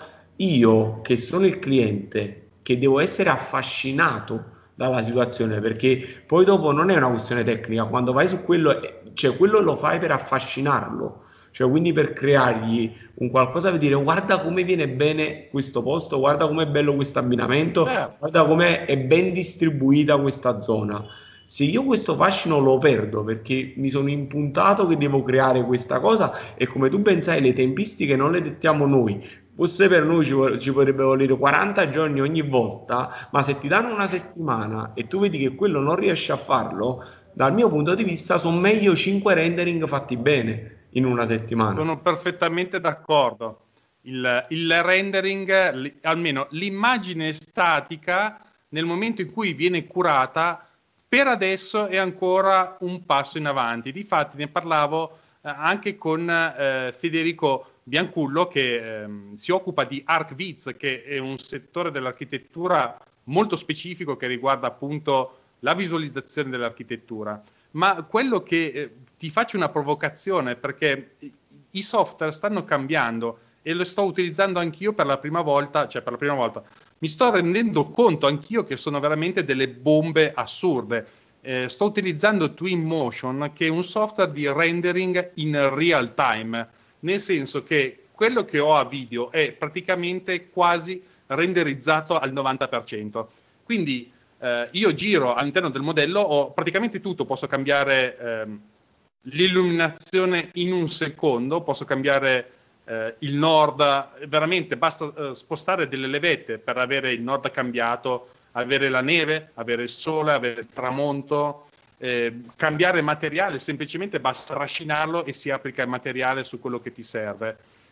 io, che sono il cliente, che devo essere affascinato dalla situazione, perché poi dopo non è una questione tecnica, quando vai su quello, eh, cioè quello lo fai per affascinarlo, cioè quindi per creargli un qualcosa per dire guarda come viene bene questo posto, guarda com'è bello questo abbinamento, certo. guarda come è ben distribuita questa zona. Se io questo fascino lo perdo perché mi sono impuntato che devo creare questa cosa e come tu ben sai le tempistiche non le dettiamo noi, forse per noi ci, vo- ci potrebbe volere quaranta giorni ogni volta, ma se ti danno una settimana e tu vedi che quello non riesci a farlo, dal mio punto di vista sono meglio cinque rendering fatti bene in una settimana. Sono perfettamente d'accordo. Il, il rendering, li- almeno l'immagine statica, nel momento in cui viene curata, per adesso è ancora un passo in avanti. Difatti ne parlavo eh, anche con eh, Federico Biancullo, che ehm, si occupa di ArcViz, che è un settore dell'architettura molto specifico che riguarda appunto la visualizzazione dell'architettura. Ma quello che eh, ti faccio una provocazione, perché i software stanno cambiando e lo sto utilizzando anch'io per la prima volta, cioè per la prima volta, mi sto rendendo conto anch'io che sono veramente delle bombe assurde. Eh, sto utilizzando Twinmotion, che è un software di rendering in real time, nel senso che quello che ho a video è praticamente quasi renderizzato al novanta per cento. Quindi eh, io giro all'interno del modello, ho praticamente tutto, posso cambiare ehm, l'illuminazione in un secondo, posso cambiare eh, il nord, veramente basta eh, spostare delle levette per avere il nord cambiato, avere la neve, avere il sole, avere il tramonto, eh, cambiare materiale, semplicemente basta trascinarlo e si applica il materiale su quello che ti serve.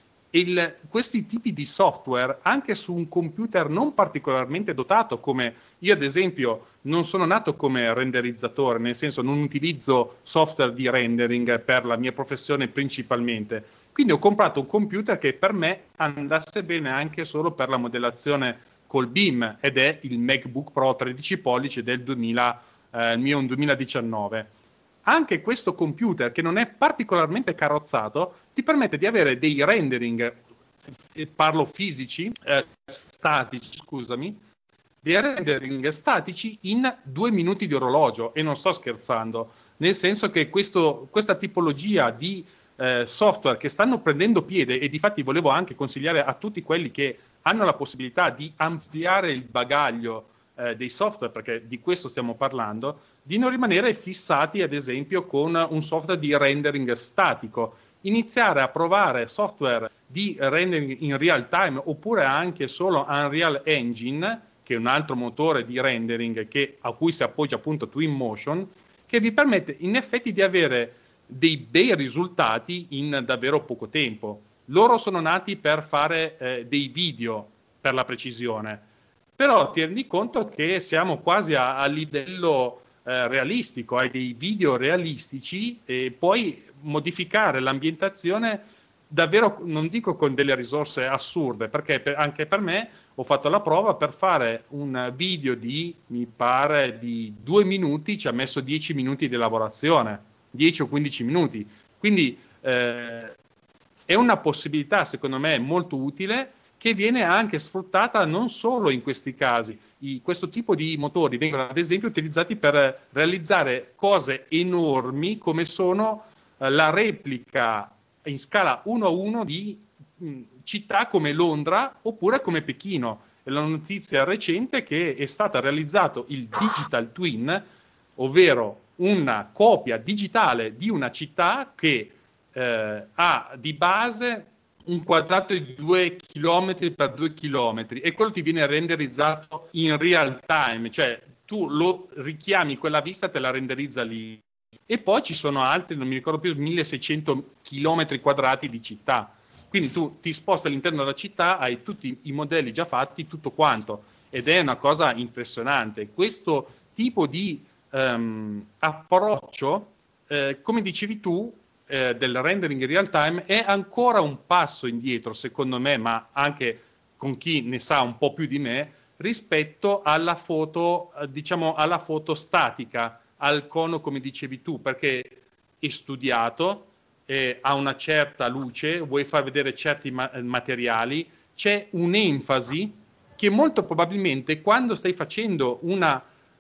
Il, questi tipi di software, anche su un computer non particolarmente dotato, come io ad esempio non sono nato come renderizzatore, nel senso non utilizzo software di rendering per la mia professione principalmente, quindi ho comprato un computer che per me andasse bene anche solo per la modellazione col beam, ed è il MacBook Pro tredici pollici del duemila, eh, il mio è un duemiladiciannove. Anche questo computer, che non è particolarmente carrozzato, ti permette di avere dei rendering, eh, parlo fisici, eh, statici, scusami, dei rendering statici in due minuti di orologio, e non sto scherzando, nel senso che questo, questa tipologia di eh, software che stanno prendendo piede, e difatti volevo anche consigliare a tutti quelli che hanno la possibilità di ampliare il bagaglio eh, dei software, perché di questo stiamo parlando, di non rimanere fissati ad esempio con un software di rendering statico, iniziare a provare software di rendering in real time, oppure anche solo Unreal Engine, che è un altro motore di rendering che, a cui si appoggia appunto Twinmotion, che vi permette in effetti di avere dei bei risultati in davvero poco tempo. Loro sono nati per fare eh, dei video, per la precisione, però ti rendi conto che siamo quasi a, a livello eh, realistico, hai dei video realistici e puoi modificare l'ambientazione davvero, non dico con delle risorse assurde, perché per, anche per me ho fatto la prova per fare un video di, mi pare, di due minuti, ci ha messo dieci minuti di lavorazione, dieci o quindici minuti, quindi eh, è una possibilità secondo me molto utile, che viene anche sfruttata non solo in questi casi. I, questo tipo di motori vengono ad esempio utilizzati per realizzare cose enormi come sono eh, la replica in scala uno a uno di mh, città come Londra oppure come Pechino. E la notizia recente è che è stato realizzato il Digital Twin, ovvero una copia digitale di una città che eh, ha di base un quadrato di due chilometri per due chilometri, e quello ti viene renderizzato in real time, cioè tu lo richiami quella vista, te la renderizza lì. E poi ci sono altri, non mi ricordo più, milleseicento chilometri quadrati di città. Quindi tu ti sposti all'interno della città, hai tutti i modelli già fatti, tutto quanto, ed è una cosa impressionante. Questo tipo di um, approccio, eh, come dicevi tu, eh, del rendering in real time, è ancora un passo indietro, secondo me, ma anche con chi ne sa un po' più di me, rispetto alla foto, eh, diciamo, alla foto statica, al cono, come dicevi tu, perché è studiato, eh, ha una certa luce, vuoi far vedere certi ma- materiali, c'è un'enfasi che molto probabilmente quando stai facendo una,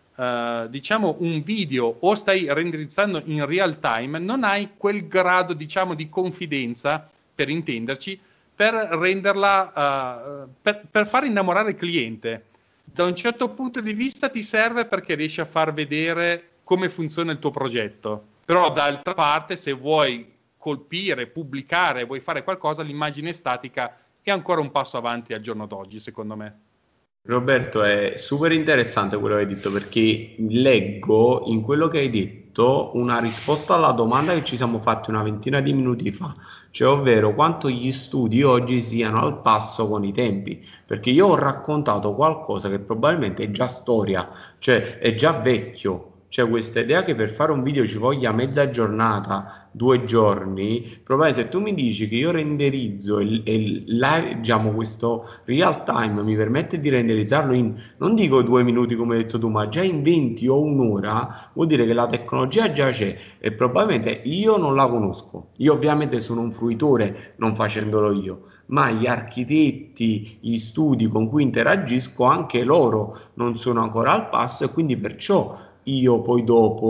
uh, diciamo, un video o stai renderizzando in real time, non hai quel grado, diciamo, di confidenza, per intenderci, per renderla, uh, per, per far innamorare il cliente. Da un certo punto di vista ti serve perché riesci a far vedere come funziona il tuo progetto, però d'altra parte se vuoi colpire, pubblicare, vuoi fare qualcosa, l'immagine statica è ancora un passo avanti al giorno d'oggi, secondo me. Roberto, è super interessante quello che hai detto, perché leggo in quello che hai detto una risposta alla domanda che ci siamo fatti una ventina di minuti fa, cioè ovvero quanto gli studi oggi siano al passo con i tempi, perché io ho raccontato qualcosa che probabilmente è già storia, cioè è già vecchio. C'è questa idea che per fare un video ci voglia mezza giornata, due giorni. Probabilmente se tu mi dici che io renderizzo il, il live, diciamo, questo real time mi permette di renderizzarlo in, non dico due minuti come hai detto tu, ma già in venti o un'ora, vuol dire che la tecnologia già c'è e probabilmente io non la conosco. Io ovviamente sono un fruitore non facendolo io, ma gli architetti, gli studi con cui interagisco, anche loro non sono ancora al passo, e quindi perciò io poi dopo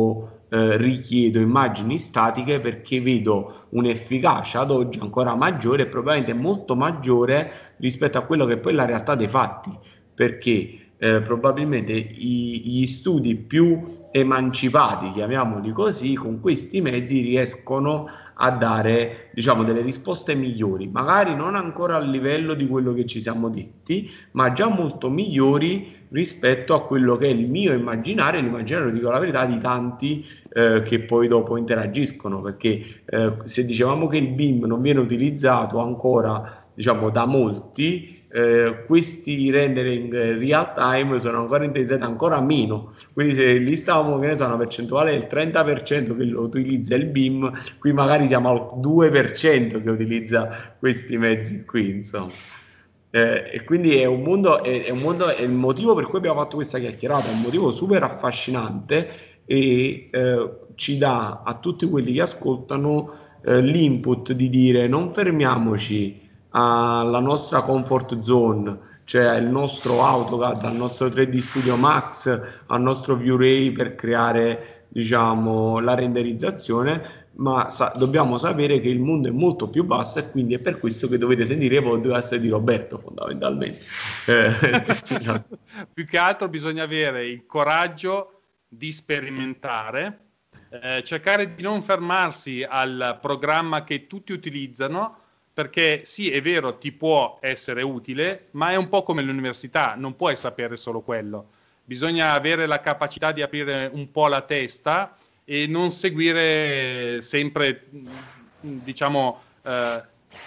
eh, richiedo immagini statiche perché vedo un'efficacia ad oggi ancora maggiore e probabilmente molto maggiore rispetto a quello che poi è la realtà dei fatti, perché eh, probabilmente i- gli studi più emancipati, chiamiamoli così, con questi mezzi riescono a dare, diciamo, delle risposte migliori, magari non ancora al livello di quello che ci siamo detti, ma già molto migliori rispetto a quello che è il mio immaginario, l'immaginario, dico la verità, di tanti eh, che poi dopo interagiscono, perché eh, se dicevamo che il B I M non viene utilizzato ancora, diciamo, da molti, eh, questi rendering real time sono ancora utilizzati ancora meno, quindi se lì stavamo, che ne so, una percentuale del trenta per cento che lo utilizza il B I M, qui magari siamo al due per cento che utilizza questi mezzi qui, insomma. Eh, e quindi è un mondo, è, è un mondo, è il motivo per cui abbiamo fatto questa chiacchierata, è un motivo super affascinante e eh, ci dà a tutti quelli che ascoltano eh, l'input di dire non fermiamoci alla nostra comfort zone, cioè al nostro AutoCAD, al nostro tre D Studio Max, al nostro V-Ray per creare, diciamo, la renderizzazione, ma sa- dobbiamo sapere che il mondo è molto più vasto e quindi è per questo che dovete sentire i podcast di Roberto, fondamentalmente. Eh, Più che altro bisogna avere il coraggio di sperimentare, eh, cercare di non fermarsi al programma che tutti utilizzano, perché sì, è vero, ti può essere utile, ma è un po' come l'università, non puoi sapere solo quello. Bisogna avere la capacità di aprire un po' la testa e non seguire sempre, diciamo, eh,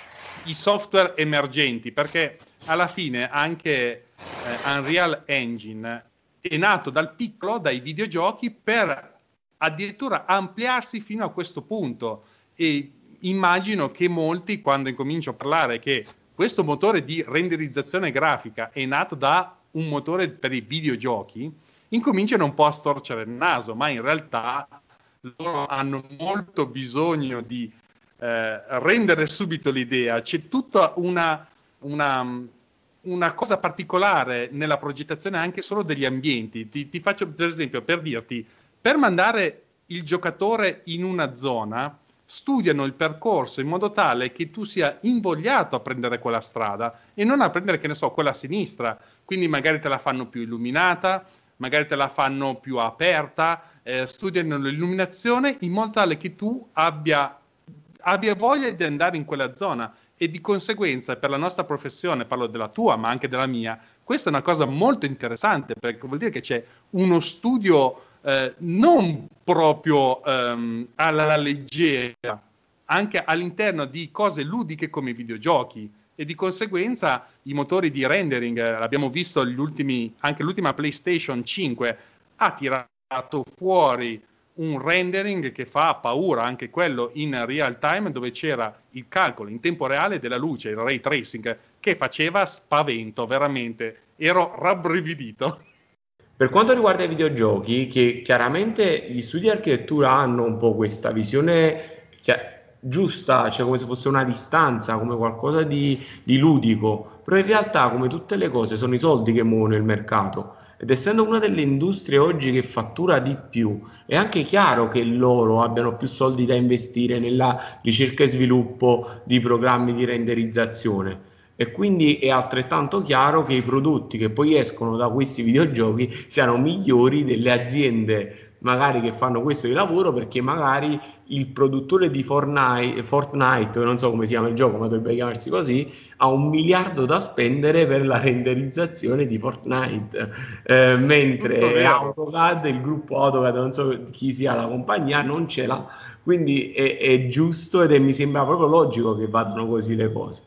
i software emergenti, perché alla fine anche eh, Unreal Engine è nato dal piccolo, dai videogiochi, per addirittura ampliarsi fino a questo punto. E immagino che molti, quando incomincio a parlare che questo motore di renderizzazione grafica è nato da un motore per i videogiochi, incominciano un po' a storcere il naso, ma in realtà loro hanno molto bisogno di eh, rendere subito l'idea. C'è tutta una, una, una cosa particolare nella progettazione anche solo degli ambienti. Ti, ti faccio per esempio, per dirti, per mandare il giocatore in una zona, studiano il percorso in modo tale che tu sia invogliato a prendere quella strada e non a prendere, che ne so, quella a sinistra. Quindi magari te la fanno più illuminata, magari te la fanno più aperta, eh, studiano l'illuminazione in modo tale che tu abbia, abbia voglia di andare in quella zona e di conseguenza per la nostra professione, parlo della tua ma anche della mia, questa è una cosa molto interessante perché vuol dire che c'è uno studio eh, non proprio ehm, alla leggera, anche all'interno di cose ludiche come i videogiochi. E di conseguenza i motori di rendering, eh, l'abbiamo visto gli ultimi, anche l'ultima PlayStation cinque ha tirato fuori un rendering che fa paura, anche quello in real time, dove c'era il calcolo in tempo reale della luce, il ray tracing, che faceva spavento, veramente. Ero rabbrividito. Per quanto riguarda i videogiochi, che chiaramente gli studi di architettura hanno un po' questa visione chia- giusta, cioè come se fosse una distanza, come qualcosa di, di ludico, però in realtà, come tutte le cose, sono i soldi che muovono il mercato. Ed essendo una delle industrie oggi che fattura di più, è anche chiaro che loro abbiano più soldi da investire nella ricerca e sviluppo di programmi di renderizzazione. E quindi è altrettanto chiaro che i prodotti che poi escono da questi videogiochi siano migliori delle aziende magari che fanno questo di lavoro, perché magari il produttore di Fortnite, Fortnite, non so come si chiama il gioco, ma dovrebbe chiamarsi così, ha un miliardo da spendere per la renderizzazione di Fortnite, eh, Tutto mentre vero. AutoCAD, il gruppo AutoCAD, non so chi sia la compagnia, non ce l'ha. Quindi è, è giusto ed è, mi sembra proprio logico che vadano così le cose.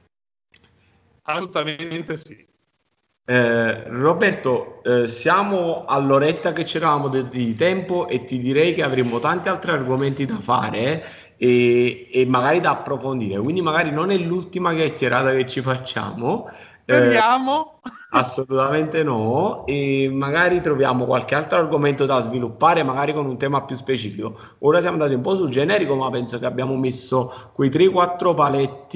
Assolutamente sì. Eh, Roberto, eh, siamo all'oretta che c'eravamo de- di tempo e ti direi che avremo tanti altri argomenti da fare eh, e, e magari da approfondire, quindi magari non è l'ultima chiacchierata che ci facciamo, eh, Speriamo. assolutamente no, e magari troviamo qualche altro argomento da sviluppare, magari con un tema più specifico. Ora siamo andati un po' sul generico, ma penso che abbiamo messo quei tre quattro paletti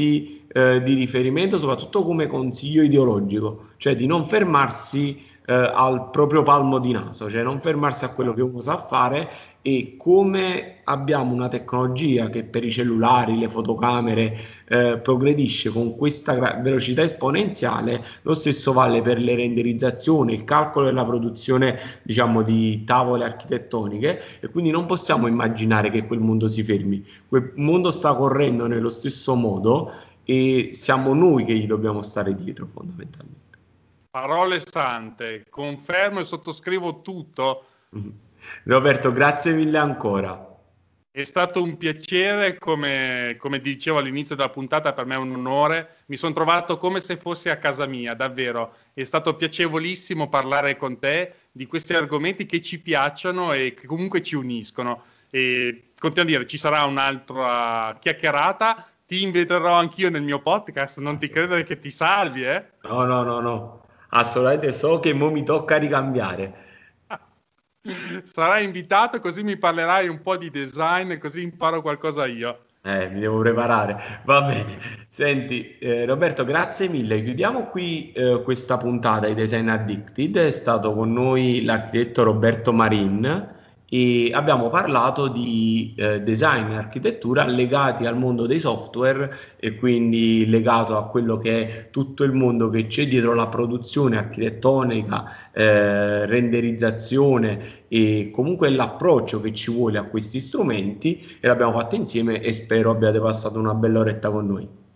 eh, di riferimento, soprattutto come consiglio ideologico, cioè di non fermarsi eh, al proprio palmo di naso, cioè non fermarsi a quello che uno sa fare. E come abbiamo una tecnologia che per i cellulari, le fotocamere eh, progredisce con questa gra- velocità esponenziale, lo stesso vale per le renderizzazioni, il calcolo e la produzione, diciamo, di tavole architettoniche, e quindi non possiamo immaginare che quel mondo si fermi. Quel mondo sta correndo nello stesso modo e siamo noi che gli dobbiamo stare dietro, fondamentalmente. Parole sante, confermo e sottoscrivo tutto. Mhm. Roberto, grazie mille ancora. È stato un piacere, come, come dicevo all'inizio della puntata, per me è un onore. Mi sono trovato come se fossi a casa mia, davvero. È stato piacevolissimo parlare con te di questi argomenti che ci piacciono e che comunque ci uniscono. E continuo a dire, ci sarà un'altra chiacchierata. Ti inviterò anch'io nel mio podcast, non ti credere che ti salvi, eh? No, no, no, no, assolutamente so che mo mi tocca ricambiare. Sarai invitato, così mi parlerai un po' di design e così imparo qualcosa io. Eh, mi devo preparare. Va bene. Senti, eh, Roberto, grazie mille. Chiudiamo qui eh, questa puntata di Design Addicted. È stato con noi l'architetto Roberto Marin e abbiamo parlato di eh, design e architettura legati al mondo dei software, e quindi legato a quello che è tutto il mondo che c'è dietro la produzione architettonica, eh, renderizzazione e comunque l'approccio che ci vuole a questi strumenti, e l'abbiamo fatto insieme e spero abbiate passato una bella oretta con noi.